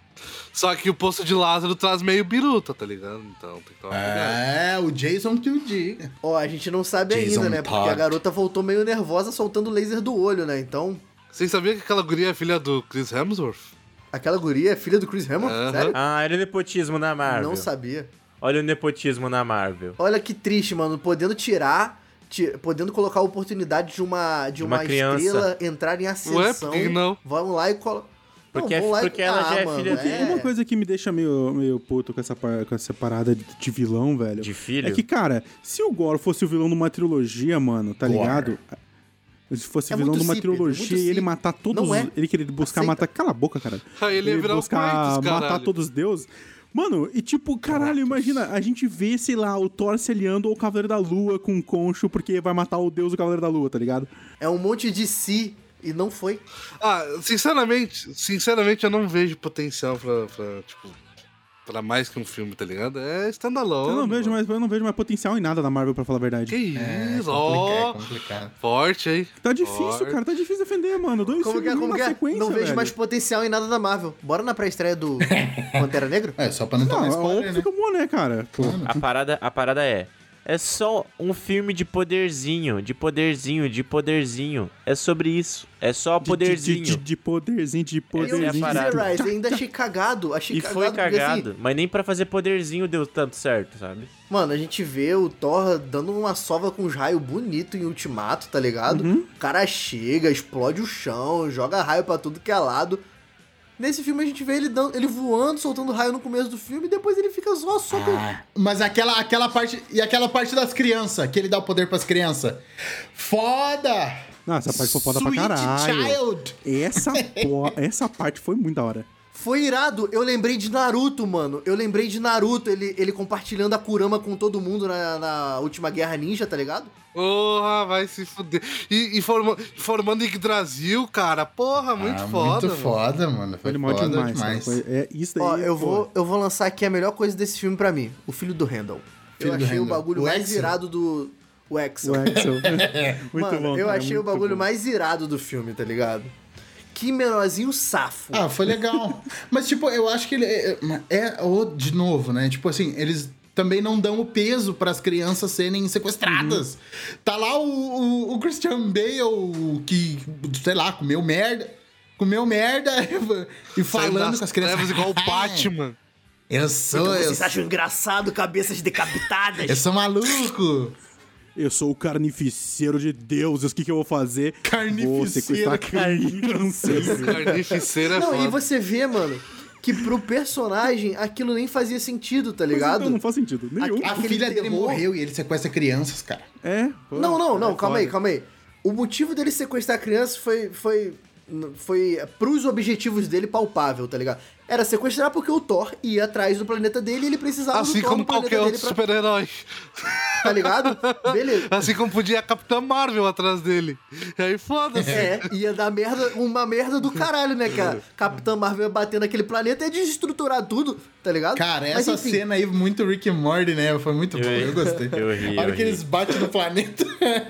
Só que o Poço de Lázaro traz meio biruta, tá ligado? Então tem que tomar cuidado. É, o Jason que o diga. Ó, a gente não sabe Jason ainda, né? Porque Todd. a garota voltou meio nervosa soltando o laser do olho, né? Então, Vocês sabiam que aquela guria é filha do Chris Hemsworth? aquela guria é filha do Chris Hemsworth? Aham. Sério? Ah, olha o nepotismo na Marvel. Não sabia. Olha o nepotismo na Marvel. Olha que triste, mano. Podendo tirar, ti- podendo colocar a oportunidade de uma, de Uma uma, criança. estrela entrar em ascensão. por que não? Vamos lá e colocam. Porque é- porque ela já é filha porque uma coisa que me deixa meio, meio puto com essa, par- com essa parada de, de vilão, velho. De filho? É que, cara, se o Gore fosse o vilão de uma trilogia, mano, tá Gore. ligado? Se fosse É vilão muito de uma simples, é trilogia muito e ele simples. matar todos Não é. os. Ele querer buscar Aceita. matar. Cala a boca, cara. Aí ele ia virar o buscar Kratos, matar caralho. todos os deuses. Mano, e tipo, caralho, imagina, a gente vê, sei lá, o Thor se aliando ao Cavaleiro da Lua com um concho porque vai matar o deus do Cavaleiro da Lua, tá ligado? É um monte de si e não foi. Ah, sinceramente, sinceramente eu não vejo potencial pra, pra, tipo, pra mais que um filme, tá ligado? É standalone. Eu não vejo mano. mais, eu não vejo mais potencial em nada da Marvel, pra falar a verdade. Que É, isso, complica- ó. é complicado. Forte aí. Tá difícil, Forte. cara, tá difícil defender, mano. Dois Como que é? filmes Como na que é? sequência, Não vejo velho. mais potencial em nada da Marvel. Bora na pré-estreia do Pantera Negra? É, só pra não tomar Não, spoiler, né? fica bom, né, cara? Pô. A parada, a parada é. É só um filme de poderzinho, de poderzinho, de poderzinho. É sobre isso. É só De- poderzinho. De, de, de poderzinho, de Essa é a poderzinho. parada. Rise, ainda achei cagado. Achei E cagado foi porque, assim, cagado, mas nem pra fazer poderzinho deu tanto certo, sabe? mano, a gente vê o Thor dando uma sova com os raios bonito em Ultimato, tá ligado? Uhum. O cara chega, explode o chão, joga raio pra tudo que é lado. Nesse filme a gente vê ele, dando, ele voando, soltando raio no começo do filme e depois ele fica só, só com... Ah, mas aquela, aquela parte. E aquela parte das crianças, que ele dá o poder pras crianças. Foda! Não, essa parte foi foda pra Sweet caralho. Child! Essa, po- essa parte foi muito da hora. Foi irado. Eu lembrei de Naruto, mano. Eu lembrei de Naruto, ele, ele compartilhando a Kurama com todo mundo na, na última Guerra Ninja, tá ligado? Porra, vai se fuder. E, e forma, formando Yggdrasil, cara. Porra, muito Ah, foda. Muito mano. foda, mano. Foi Foi demais foda demais. demais. Cara. Foi, é, isso daí, Ó, eu pô. vou, eu vou lançar aqui a melhor coisa desse filme pra mim. O filho do Randall. Filho eu do achei o Randall. bagulho O mais Axel. irado do... O Axel. O Axel. muito Mano, bom, eu cara, achei o muito bagulho bom. mais irado do filme, tá ligado? que menorzinho safo. Ah, foi legal. Mas, tipo, eu acho que ele é, é o de novo, né? Tipo assim, eles também não dão o peso para as crianças serem sequestradas. Uhum. Tá lá o, o, o Christian Bale, que, sei lá, comeu merda. Comeu merda e falando com as crianças. Igual o Batman. Eu sou... Então eu vocês sou... acham engraçado cabeças decapitadas? Eu sou maluco. Eu sou o carnificeiro de deuses, o que, que eu vou fazer? Carnificeiro. Vou sequestrar crianças. Carnificeiro é Não, foda. e você vê, mano, que pro personagem aquilo nem fazia sentido, tá ligado? Não, não faz sentido nenhum. A Aquele filha dele terror. morreu e ele sequestra crianças, cara. É? Pô, Não, não, não, é calma foda. aí, calma aí. O motivo dele sequestrar a criança foi, foi, foi pros objetivos dele palpável, tá ligado? Era sequestrar porque o Thor ia atrás do planeta dele e ele precisava Assim do Thor como no planeta qualquer dele outro pra... super-herói. Tá ligado? Beleza. Assim como podia a Capitã Marvel atrás dele. E aí foda-se. É, ia dar merda, uma merda do caralho, né, cara? Capitã Marvel ia bater naquele planeta e desestruturar tudo, tá ligado? Cara, Mas, essa enfim, cena aí, muito Rick and Morty, né? Foi muito Eu bom, ri. eu gostei. Eu ri, A hora eu que ri. eles batem no planeta.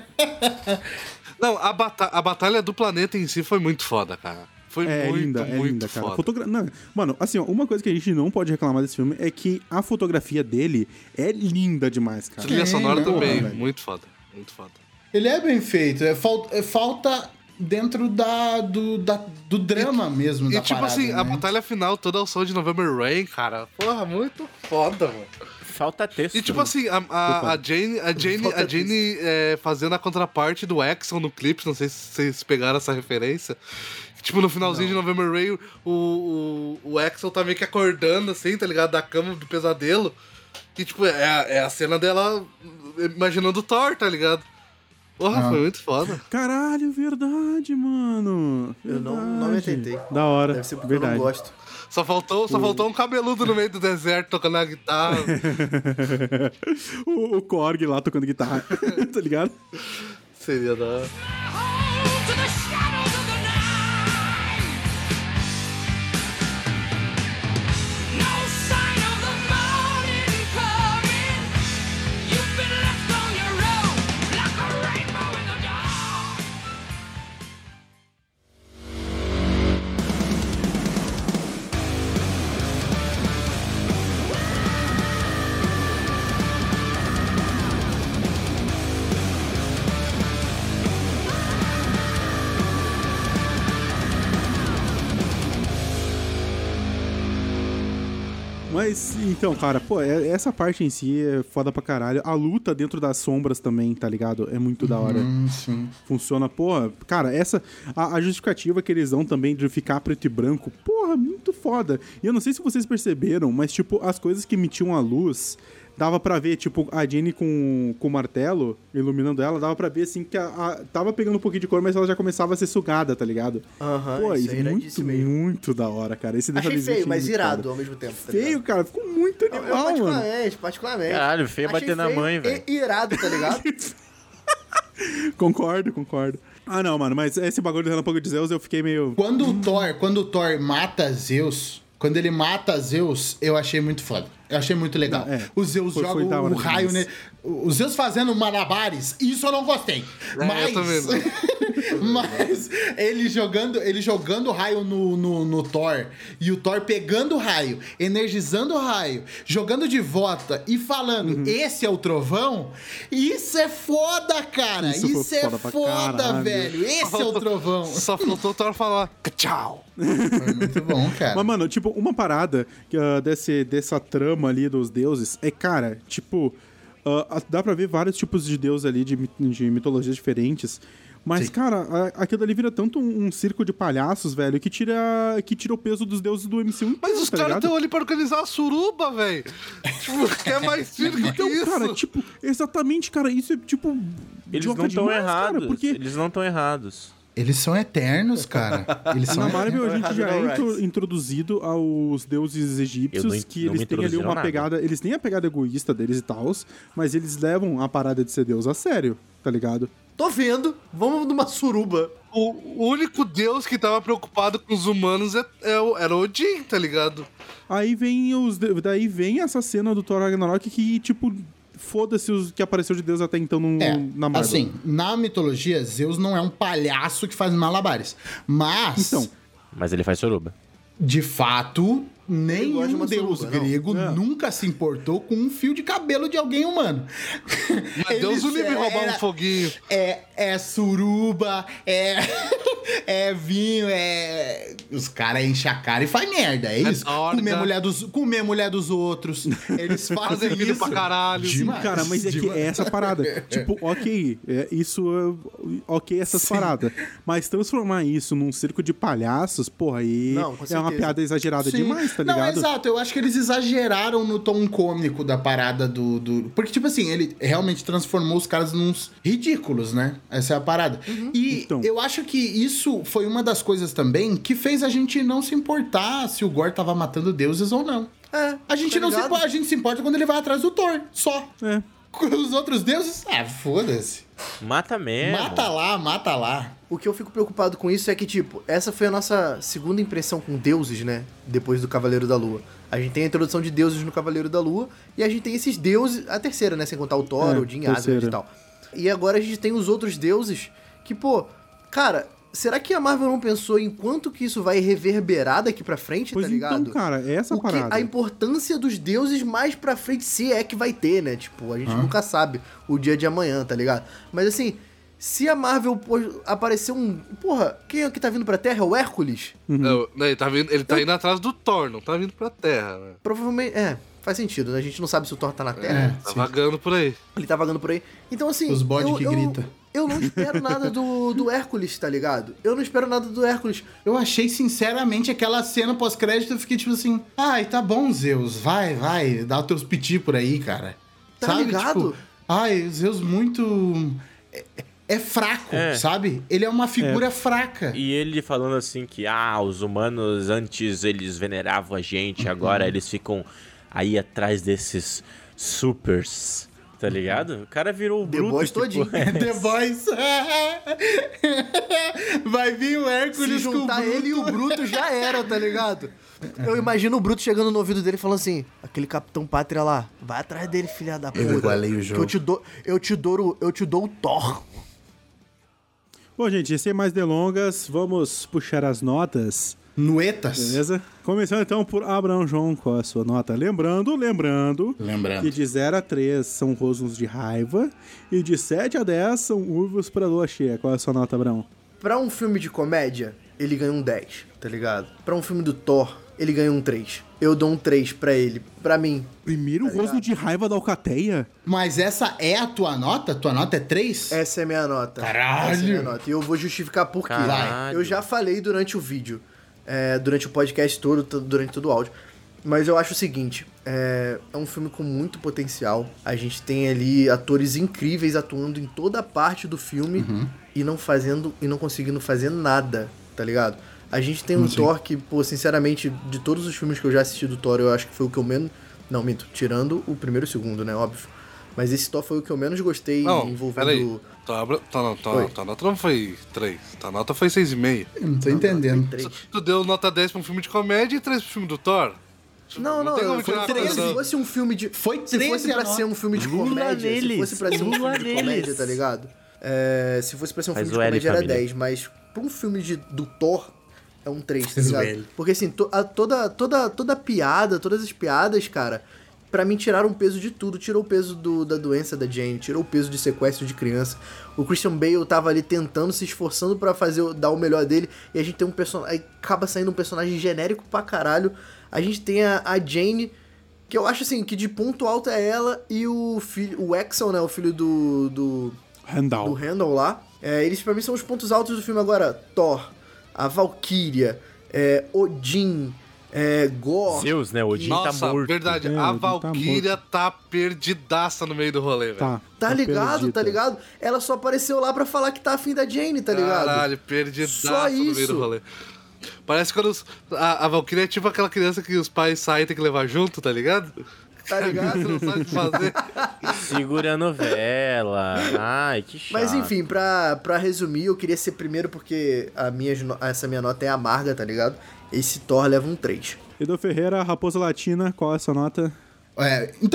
Não, a, bata a batalha do planeta em si foi muito foda, cara. Foi É muito, linda, é muito linda, cara. foda. Fotogra... Não, mano, assim, ó, uma coisa que a gente não pode reclamar desse filme é que a fotografia dele é linda demais, cara. Trilha É, sonora não, também, velho. muito foda. Muito foda. Ele é bem feito. É, fal- é falta dentro da, do, da, do drama mesmo E da tipo parada, assim, né? a batalha final toda ao som de November Rain, cara. Porra, muito foda, mano. Falta texto. E tipo assim, a, a, a Jane, a Jane, Falta a Jane é, fazendo a contraparte do Exxon no clipe, não sei se vocês pegaram essa referência. Tipo, no finalzinho não. de November Rain, o, o, o Exxon tá meio que acordando, assim, tá ligado? Da cama do pesadelo. E tipo, é, a- é a cena dela imaginando o Thor, tá ligado? Porra, Ah. foi muito foda. Caralho, verdade, mano. Eu não- Verdade. não me atentei. Da hora. Deve ser porque verdade. eu não gosto. Só faltou, só faltou um cabeludo no meio do deserto tocando a guitarra. o, o Korg lá tocando guitarra, tá ligado? Seria da hora. to the shadows of the night. No sign of the morning coming. You've been left on your own like a rainbow in the dark. Mas, então, cara, pô, é- essa parte em si é foda pra caralho. A luta dentro das sombras também, tá ligado? É muito da hora. Hum, sim. Funciona, porra. Cara, essa. A, a justificativa que eles dão também de ficar preto e branco, porra, muito foda. E eu não sei se vocês perceberam, mas, tipo, as coisas que emitiam a luz. Dava pra ver, tipo, a Jenny com, com o martelo, iluminando ela, dava pra ver, assim, que a, a- tava pegando um pouquinho de cor, mas ela já começava a ser sugada, tá ligado? Aham, Pô, isso isso é é muito, iradíssimo mesmo. muito da hora, cara. Esse Achei detalhezinho feio, mas muito irado foda. ao mesmo tempo. tá Feio, ligado? cara, ficou muito Eu, eu animal, mano. particularmente, particularmente. Caralho, feio Achei bater na mãe, velho. E irado, tá ligado? Concordo, concordo. Ah, não, mano, mas esse bagulho do Relâmpago de Zeus eu fiquei meio... Quando o Thor, quando o Thor mata Zeus, quando ele mata Zeus, eu achei muito foda. Eu achei muito legal. Não, é. O Zeus Foi- joga foi da o, hora o raio, demais. né? O Zeus fazendo malabares, isso eu não gostei. É, mas, eu também mas ele jogando, ele jogando raio no, no, no Thor e o Thor pegando o raio, energizando o raio, jogando de volta e falando, Uhum. esse é o trovão, isso é foda, cara. Isso Isso, foi é foda pra foda, caralho. velho. Esse é o trovão. Só faltou o Thor falar tchau. Foi muito bom, cara. Mas, mano, tipo, uma parada que, ah, desse, dessa trama ali dos deuses é, cara, tipo, ah, dá pra ver vários tipos de deus ali, de, mit- de mitologias diferentes. Mas, Sim. cara, a- aquilo ali vira tanto um, um circo de palhaços, velho, que tira, que tira o peso dos deuses do M C U inteiro, Mas os tá caras ligado? estão ali pra organizar a suruba, velho. Tipo, quer mais circo que Então, isso? cara, tipo, exatamente, cara, isso é, tipo... Eles joga não estão demais, cara, errados. porque Eles não estão errados. Eles são eternos, cara. Eles são na Marvel a Não, gente errado já não, é intro- Rex. introduzido aos deuses egípcios, Eu não- que não me eles têm ali introduziram uma nada. pegada... Eles têm a pegada egoísta deles e tal, mas eles levam a parada de ser deus a sério, tá ligado? Tô vendo, vamos numa suruba. O único deus que tava preocupado com os humanos é, é o- era Odin, tá ligado? Aí vem os... de- Daí vem essa cena do Thor Ragnarok que, tipo, foda-se os que apareceu de Deus até então no, É, na Marvel. assim, na mitologia, Zeus não é um palhaço que faz malabares. Mas Então, Mas ele faz suruba. De fato, gosta de nenhum uma deus suruba, não. grego É. nunca se importou com um fio de cabelo de alguém humano. Mas Deus o livre roubar era- um foguinho. É, é suruba, é, é vinho, é... Os caras enchem a cara e faz merda, é isso? orga. Comer a mulher dos, comer a mulher dos outros. Eles fazem Fazer filho isso. pra caralho. Demais, Cara, mas é que demais. é essa parada. Tipo, ok, é, isso é, ok essas paradas. Mas transformar isso num circo de palhaços, porra, aí Não, com é uma certeza. piada exagerada Sim. demais, tá Não, ligado? exato. Eu acho que eles exageraram no tom cômico da parada do, do... Porque, tipo assim, ele realmente transformou os caras nos ridículos, né? Essa é a parada. E Então. eu acho que isso foi uma das coisas também que fez a gente não se importar se o Gore tava matando deuses ou não. É, A gente tá não se ligado? importa, a gente se importa quando ele vai atrás do Thor, só. É. Com os outros deuses, ah, foda-se. Mata mesmo. Mata lá, mata lá. O que eu fico preocupado com isso é que, tipo, essa foi a nossa segunda impressão com deuses, né? Depois do Cavaleiro da Lua. A gente tem a introdução de deuses no Cavaleiro da Lua, e a gente tem esses deuses, a terceira, né? Sem contar o Thor, É, o Jin Asgard terceira. e tal. E agora a gente tem os outros deuses que, pô, cara, será que a Marvel não pensou em quanto que isso vai reverberar daqui pra frente, Pois tá ligado? então, cara, é essa O que- parada. a importância dos deuses mais pra frente, se é que vai ter, né? Tipo, a gente nunca sabe o dia de amanhã, tá ligado? Mas assim, se a Marvel pô, aparecer um. Porra, quem é que tá vindo pra Terra? É o Hércules? Não, não, ele tá, vindo, ele tá indo atrás do Thor, não tá vindo pra Terra, né? Provavelmente. É, faz sentido, né? A gente não sabe se o Thor tá na Terra. Tá vagando por aí. Ele tá vagando por aí. Então, assim. Os bode eu, que eu, grita. Eu não espero nada do, do Hércules, tá ligado? Eu não espero nada do Hércules. Eu achei, sinceramente, aquela cena pós-crédito, eu fiquei tipo assim, ai, tá bom, Zeus, vai, vai, dá os teus piti por aí, cara. Tá sabe? ligado? Tipo, ai, o Zeus muito... É, é fraco, É. sabe? Ele é uma figura fraca. E ele falando assim que, ah, os humanos antes eles veneravam a gente, agora eles ficam aí atrás desses supers, tá ligado? O cara virou o The Bruto. Boys tipo, todinho. é. The Boys. Vai vir o Hércules Se com o juntar Bruto. ele e o Bruto já era, tá ligado? Eu imagino o Bruto chegando no ouvido dele e falando assim: aquele Capitão Pátria lá, vai atrás dele, filha da puta. Eu igualei o que jogo. eu te dou, eu te dou, o- eu te dou o Thor. Bom, gente, sem mais delongas, vamos puxar as notas, Nuetas. beleza? Começando então por Abraão João, qual é a sua nota? Lembrando, lembrando, Lembrando. que de zero a três são rosnos de raiva e de sete a dez são urvos pra lua cheia. Qual é a sua nota, Abraão? Pra um filme de comédia, ele ganha um dez, tá ligado? Pra um filme do Thor, ele ganha um três. Eu dou um três pra ele. Pra mim, Primeiro rosno de raiva da Alcateia? Mas essa é a tua nota? Tua nota é três? essa é a minha nota. Caralho! Essa é a minha nota. E eu vou justificar por quê. Caralho. Eu já falei durante o vídeo, é, durante o podcast todo, t- durante todo o áudio. Mas eu acho o seguinte, é, é um filme com muito potencial. A gente tem ali atores incríveis atuando em toda a parte do filme e não fazendo e não conseguindo fazer nada, tá ligado? A gente tem um Assim? Thor que, pô, sinceramente, de todos os filmes que eu já assisti do Thor, eu acho que foi o que eu menos... Não, minto, tirando o primeiro e o segundo, né, óbvio. Mas esse Thor foi o que eu menos gostei Não, envolvendo... peraí. Tua, tua, tua, tua, Oi. tua nota não foi três. Tua nota foi seis vírgula cinco. Eu não tô entendendo. Três. Tu deu nota dez pra um filme de comédia e três pro filme do Thor? Não, não, tem como eu- foi tirar treze. coisa, Se não. fosse um filme de. Foi Se treze fosse pra a nota. ser um filme de Lula comédia. neles. Se fosse pra ser um Lula filme de comédia, neles. tá ligado? É, se fosse pra ser um Faz filme de o L, comédia, era família. dez. Mas pra um filme de, do Thor, é um três, tá Faz o ligado? L. Porque assim, to- a- toda, toda, toda piada, todas as piadas, cara. Pra mim, tiraram o peso de tudo. Tirou o peso do- da doença da Jane, tirou o peso de sequestro de criança. O Christian Bale tava ali tentando, se esforçando pra fazer, o- dar o melhor dele. E a gente tem um personagem. Aí acaba saindo um personagem genérico pra caralho. A gente tem a, a Jane, que eu acho assim, que de ponto alto é ela e o filho. O Axel, né? O filho do. do do Randall. Randall lá. É, eles pra mim são os pontos altos do filme agora. Thor, a Valkyria, é, Odin, é, Gore. Zeus, né? O Odin Nossa, tá morto. verdade. É, a Odin tá Valkyria tá, perdidaça no meio do rolê, velho. Tá. Tá ligado, perdida. tá ligado? Ela só apareceu lá pra falar que tá afim da Jane, tá ligado? Caralho, perdidaça Só no meio isso. do rolê. Parece quando os- a, a Valkyria é tipo aquela criança que os pais saem e tem que levar junto, tá ligado? Tá ligado? Você não sabe o que fazer. Segura a novela. Ai, que chato. Mas enfim, pra, pra resumir, eu queria ser primeiro porque a minha, essa minha nota é amarga, tá ligado? Esse Thor leva um três. Edu Ferreira, Raposa Latina, qual é a sua nota? É, então,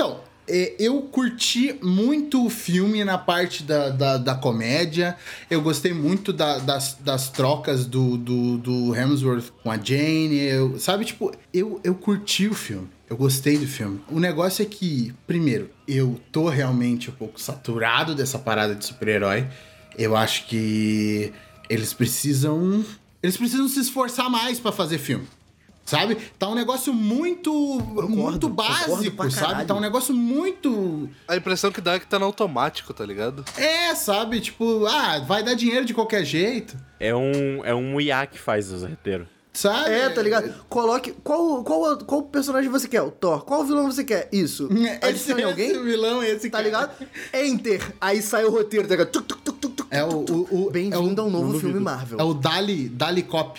é, eu curti muito o filme na parte da, da, da comédia. Eu gostei muito da- das, das trocas do, do, do Hemsworth com a Jane. Eu, sabe, tipo, eu, eu curti o filme. Eu gostei do filme. O negócio é que, primeiro, eu tô realmente um pouco saturado dessa parada de super-herói. Eu acho que eles precisam... Eles precisam se esforçar mais pra fazer filme. Sabe? Tá um negócio muito, muito concordo pra básico, sabe? caralho. Tá um negócio muito... A impressão que dá é que tá no automático, tá ligado? É, sabe? Tipo, ah, vai dar dinheiro de qualquer jeito, É um, é um I A que faz os roteiros. sabe? É, tá ligado? Coloque. Qual, qual, qual personagem você quer? O Thor. Qual vilão você quer? Isso. Esse, Adicione esse alguém? vilão, esse Tá cara. ligado? Enter. Aí sai o roteiro, tá ligado? Tuc, tuc, tuc, tuc, tuc. É o... o, o Bem-vindo é o, ao novo não filme duvido. Marvel. É o Dali, Dali Cop.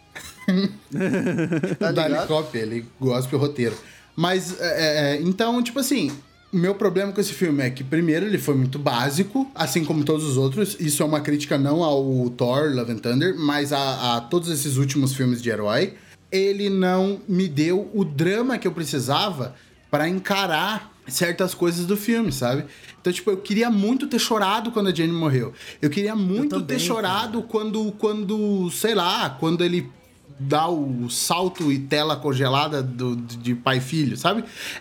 Tá Dali ligado? Cop, ele gosta do roteiro. Mas, é, é, então, tipo assim... O meu problema com esse filme é que, primeiro, ele foi muito básico, assim como todos os outros. Isso é uma crítica não ao Thor, Love and Thunder, mas a, a todos esses últimos filmes de herói. Ele não me deu o drama que eu precisava pra encarar certas coisas do filme, sabe? Então, tipo, eu queria muito ter chorado quando a Jane morreu. Eu queria muito também, ter chorado quando, quando, sei lá, quando ele dá o salto e tela congelada do, de de pai e filho, sabe?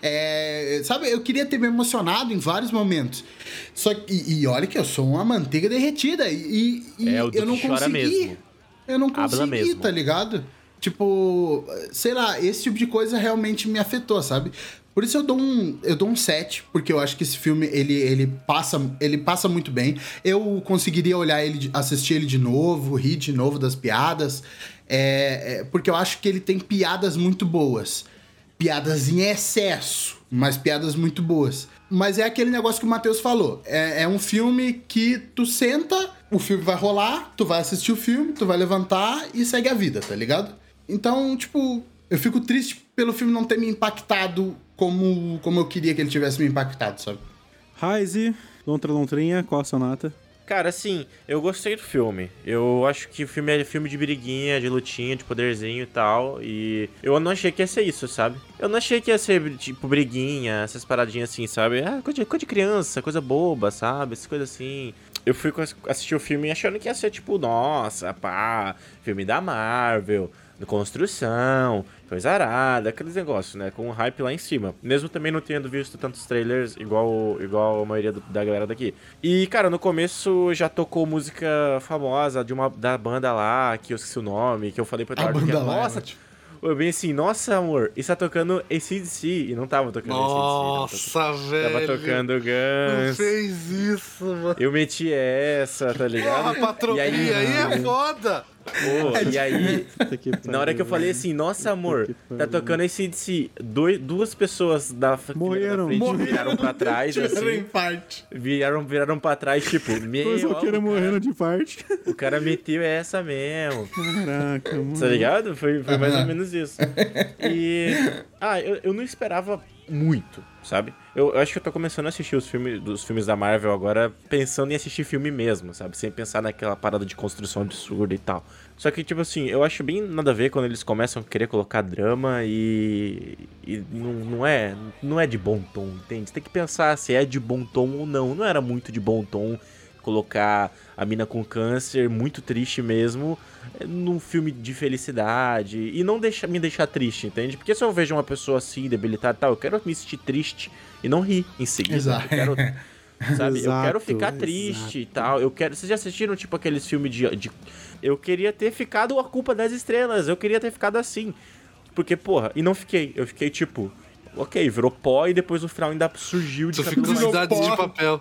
É, sabe, eu queria ter me emocionado em vários momentos. Só que, e, e olha que eu sou uma manteiga derretida e, e É, o do eu não que chora consegui. mesmo. Eu não Habla consegui, mesmo. tá ligado? Tipo, sei lá, esse tipo de coisa realmente me afetou, sabe? Por isso eu dou um, eu dou um sete, porque eu acho que esse filme, ele, ele, passa, ele passa muito bem. Eu conseguiria olhar ele, de- assistir ele de novo, rir de novo das piadas, é, é, porque eu acho que ele tem piadas muito boas. Piadas em excesso, mas piadas muito boas. Mas é aquele negócio que o Matheus falou. É, é um filme que tu senta, o filme vai rolar, tu vai assistir o filme, tu vai levantar e segue a vida, tá ligado? Então, tipo, eu fico triste pelo filme não ter me impactado como, como eu queria que ele tivesse me impactado, sabe? Raize, Lontra Lontrinha, qual a sonata? Cara, assim, eu gostei do filme. Eu acho que o filme é filme de briguinha, de lutinha, de poderzinho e tal. E eu não achei que ia ser isso, sabe? Eu não achei que ia ser, tipo, briguinha, essas paradinhas assim, sabe? Ah, coisa de, coisa de criança, coisa boba, sabe? Essas coisas assim. Eu fui assistir o filme achando que ia ser, tipo, nossa, pá, filme da Marvel, de construção, coisa arada, aqueles negócios, né? Com o hype lá em cima. Mesmo também não tendo visto tantos trailers igual, igual a maioria do- da galera daqui. E, cara, no começo já tocou música famosa de uma da banda lá, que eu esqueci o nome, que eu falei pro A Eduardo que banda é, lá é nossa, ótimo. eu bem assim, nossa, amor, isso tá tocando A C D C, e não tava tocando A C D C. Nossa, não, velho. tava tocando Não Guns. fez isso, mano. Eu meti essa, tá ligado? Porra, patrocinha, E aí, é foda. Pô, e aí, Puta que na hora que eu pariu, falei velho. assim, nossa amor, que tá pariu. tocando esse D C, Doi- duas pessoas da f- Morreram. da frente Morreram. viraram pra trás, Tiveram assim, infarte. viraram, viraram pra trás, tipo, meu, Dois roqueiros o, morrendo cara, de parte. o cara meteu essa mesmo, Caraca, mano. tá ligado? Foi, foi mais ou menos isso. E, ah, eu, eu não esperava muito, sabe? Eu, eu acho que eu tô começando a assistir os filmes, dos filmes da Marvel agora pensando em assistir filme mesmo, sabe? Sem pensar naquela parada de construção absurda e tal. Só que, tipo assim, eu acho bem nada a ver quando eles começam a querer colocar drama e, e não, não é não é de bom tom, entende? Você tem que pensar se é de bom tom ou não. Não era muito de bom tom colocar a mina com câncer, muito triste mesmo, num filme de felicidade. E não deixa, me deixar triste, entende? Porque se eu vejo uma pessoa assim, debilitada e tal, eu quero me sentir triste e não rir em seguida. Exato. Eu quero, sabe? eu Exato, quero ficar triste e tal. Eu quero. Vocês já assistiram, tipo, aqueles filmes de, de. Eu queria ter ficado A Culpa das Estrelas. Eu queria ter ficado assim. Porque, porra, e não fiquei. Eu fiquei, tipo, ok, virou pó e depois no final ainda surgiu de Tu fica cabelo com mais- cidades de papel.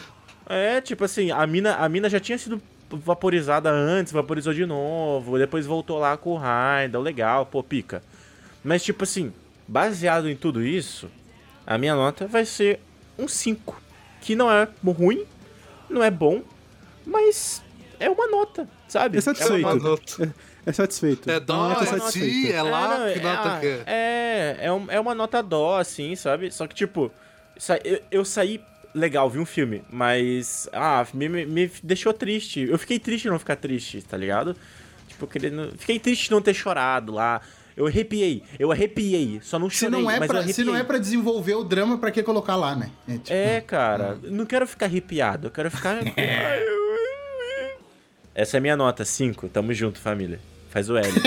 É, tipo assim, a mina, a mina já tinha sido vaporizada antes, vaporizou de novo, depois voltou lá com o Heimdall, legal, pô, pica. Mas, tipo assim, baseado em tudo isso, a minha nota vai ser um cinco. Que não é ruim, não é bom, mas é uma nota, sabe? É satisfeito. Uma nota. É satisfeito. É Dá uma dó, nota é satisfeita. ti, é lá, não, que nota é, que é? É, é, um- é uma nota dó, assim, sabe? Só que, tipo, sa- eu, eu saí legal, vi um filme, mas, ah, me, me- me deixou triste. Eu fiquei triste de não ficar triste, tá ligado? Tipo, eu queria, não- fiquei triste de não ter chorado lá. Eu Eu arrepiei, eu arrepiei. Só não Se chorei, não, é mas eu pra, arrepiei. se não é pra desenvolver o drama, pra que colocar lá, né? É, tipo, É, cara, não quero ficar arrepiado, eu quero ficar... Essa é a minha nota, cinco. Tamo junto, família. Faz o L.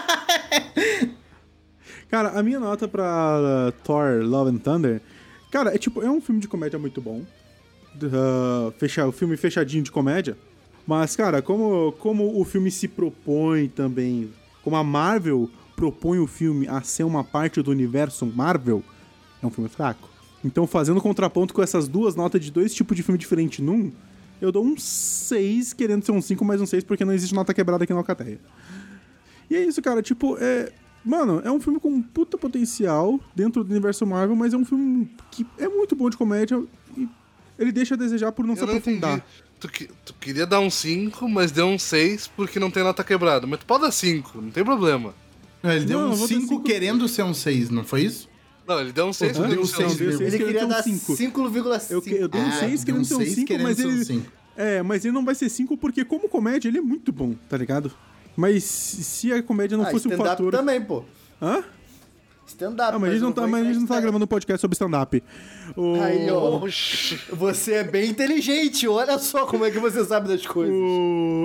Cara, a minha nota pra uh, Thor Love and Thunder, cara, é tipo, é um filme de comédia muito bom. Uh, fecha, o filme fechadinho de comédia. Mas, cara, como, como o filme se propõe também, como a Marvel propõe o filme a ser uma parte do universo Marvel, é um filme fraco. Então, fazendo contraponto com essas duas notas de dois tipos de filme diferentes num, eu dou um seis, querendo ser um cinco mais um seis, porque não existe nota quebrada aqui na Alcateia. E é isso, cara, tipo, é... Mano, é um filme com puta potencial dentro do universo Marvel, mas é um filme que é muito bom de comédia e ele deixa a desejar por não se Eu não aprofundar. entendi. Tu, que- tu queria dar um cinco, mas deu um seis porque não tem nota quebrada. Mas tu pode dar cinco, não tem problema. Ele deu Não, eu um vou dar cinco cinco. querendo ser um seis, não foi isso? Não, ele deu um seis Uhum. porque Deu não seis, sei. deu seis, Ele querendo queria ter um dar cinco. cinco vírgula Eu, cinco. eu dei um Ah, seis deu querendo um ser um seis cinco, querendo mas ser um ele... cinco. É, mas ele não vai ser cinco porque como comédia ele é muito bom, tá ligado? Mas se a comédia não Ah, fosse um stand-up fator... também, pô. Hã? Stand-up. Ah, mas a gente não tá, vou mas a gente não tá entrar em gravando podcast sobre stand-up. O... Aí, ó. Oxi. Você é bem inteligente, olha só como é que você sabe das coisas. O...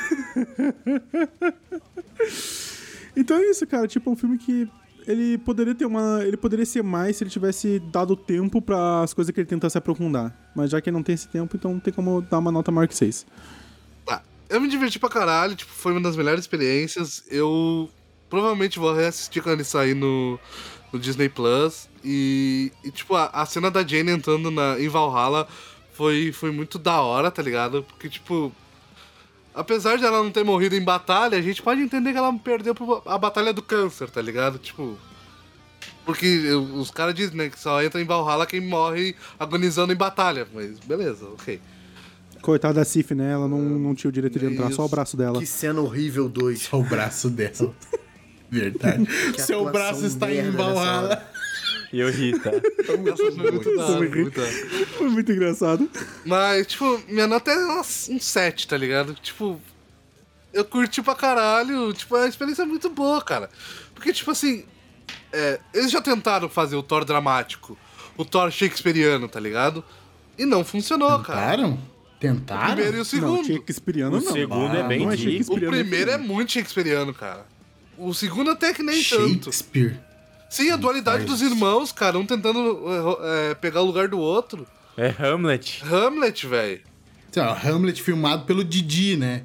Então é isso, cara. Tipo, é um filme que ele poderia ter uma. Ele poderia ser mais se ele tivesse dado tempo para as coisas que ele tenta se aprofundar. Mas já que ele não tem esse tempo, então não tem como dar uma nota maior que seis. Ah, eu me diverti pra caralho, tipo, foi uma das melhores experiências. Eu provavelmente vou reassistir quando ele sair no, no Disney Plus. E, e, tipo, a, a cena da Jane entrando na, em Valhalla foi, foi muito da hora, tá ligado? Porque, tipo, apesar de ela não ter morrido em batalha, a gente pode entender que ela perdeu pro- a batalha do câncer, tá ligado? Tipo. Porque os caras dizem, né, que só entra em Valhalla quem morre agonizando em batalha. Mas beleza, ok. Coitada da Sif, né? Ela não, não tinha o direito de entrar, Isso. só o braço dela. Que cena horrível, dois. Só o braço dela. Verdade. Seu atuação braço está em merda nessa Valhalla. hora. E eu ri, tá? Essa foi muito da hora, Também ri. muito da hora. Foi muito engraçado. Mas, tipo, minha nota é uma- um sete, tá ligado? Tipo, eu curti pra caralho. Tipo, é uma experiência muito boa, cara. Porque, tipo assim, é, eles já tentaram fazer o Thor dramático, o Thor shakespeariano, tá ligado? E não funcionou, cara. Tentaram? O Tentaram? primeiro e o segundo. Não, Shakespeareano O não. segundo é bem não é deep. O Shakespeareano, primeiro é filme. muito shakespeariano, cara. O segundo até que nem tanto. Shakespeare. Sim, a dualidade faz dos irmãos, cara, um tentando é, é, pegar o lugar do outro. É Hamlet. Hamlet, velho. Sei lá, Hamlet filmado pelo Didi, né?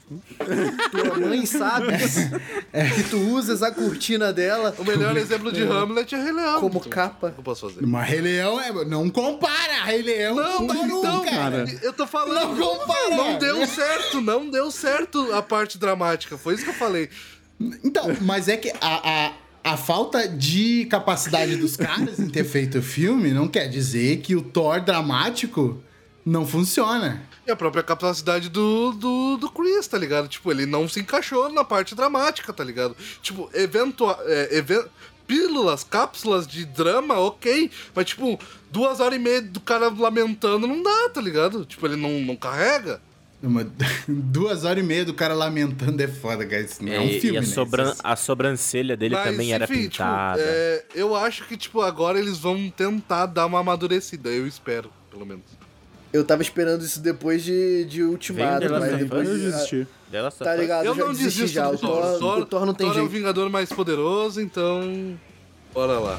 Tua mãe sabe que tu usas a cortina dela O melhor exemplo de Hamlet é Rei Leão. como Então, capa. O que eu posso fazer? Mas Rei Leão é... Não compara Rei Leão Não, com então, cara. Eu tô falando. Não compara. Não deu certo, não deu certo a parte dramática. Foi isso que eu falei. Então, mas é que a, a, a falta de capacidade dos caras em ter feito o filme não quer dizer que o Thor dramático não funciona. E a própria capacidade do, do, do Chris, tá ligado? Tipo, ele não se encaixou na parte dramática, tá ligado? Tipo, eventua, é, even- pílulas, cápsulas de drama, ok. Mas, tipo, duas horas e meia do cara lamentando não dá, tá ligado? Tipo, ele não, não carrega. Uma, duas horas e meia do cara lamentando é foda, cara. Isso não é um E- filme, e a, né? sobran- Isso- a sobrancelha dele Mas, também era enfim, pintada. Tipo, é, eu acho que, tipo, agora eles vão tentar dar uma amadurecida. Eu espero, pelo menos. Eu tava esperando isso depois de, de Vem Ultimato, The Last mas of depois Eu de... desisti. The Last of Tá Us. ligado? Eu já não desisti desisto já. do O Thor. Thor, Thor, o Thor não tem Thor é o jeito. Vingador mais poderoso, então... Bora lá.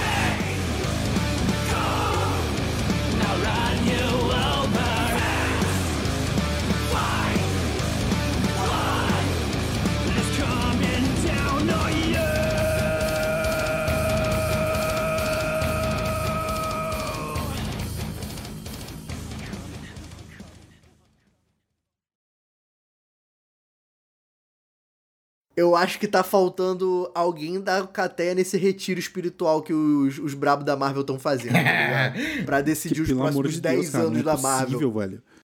Eu acho que tá faltando alguém da Alcateia nesse retiro espiritual que os, os brabos da Marvel estão fazendo, tá ligado? Pra decidir Que, os pelo amor próximos de dez Deus, cara, anos não é da Marvel. possível, velho.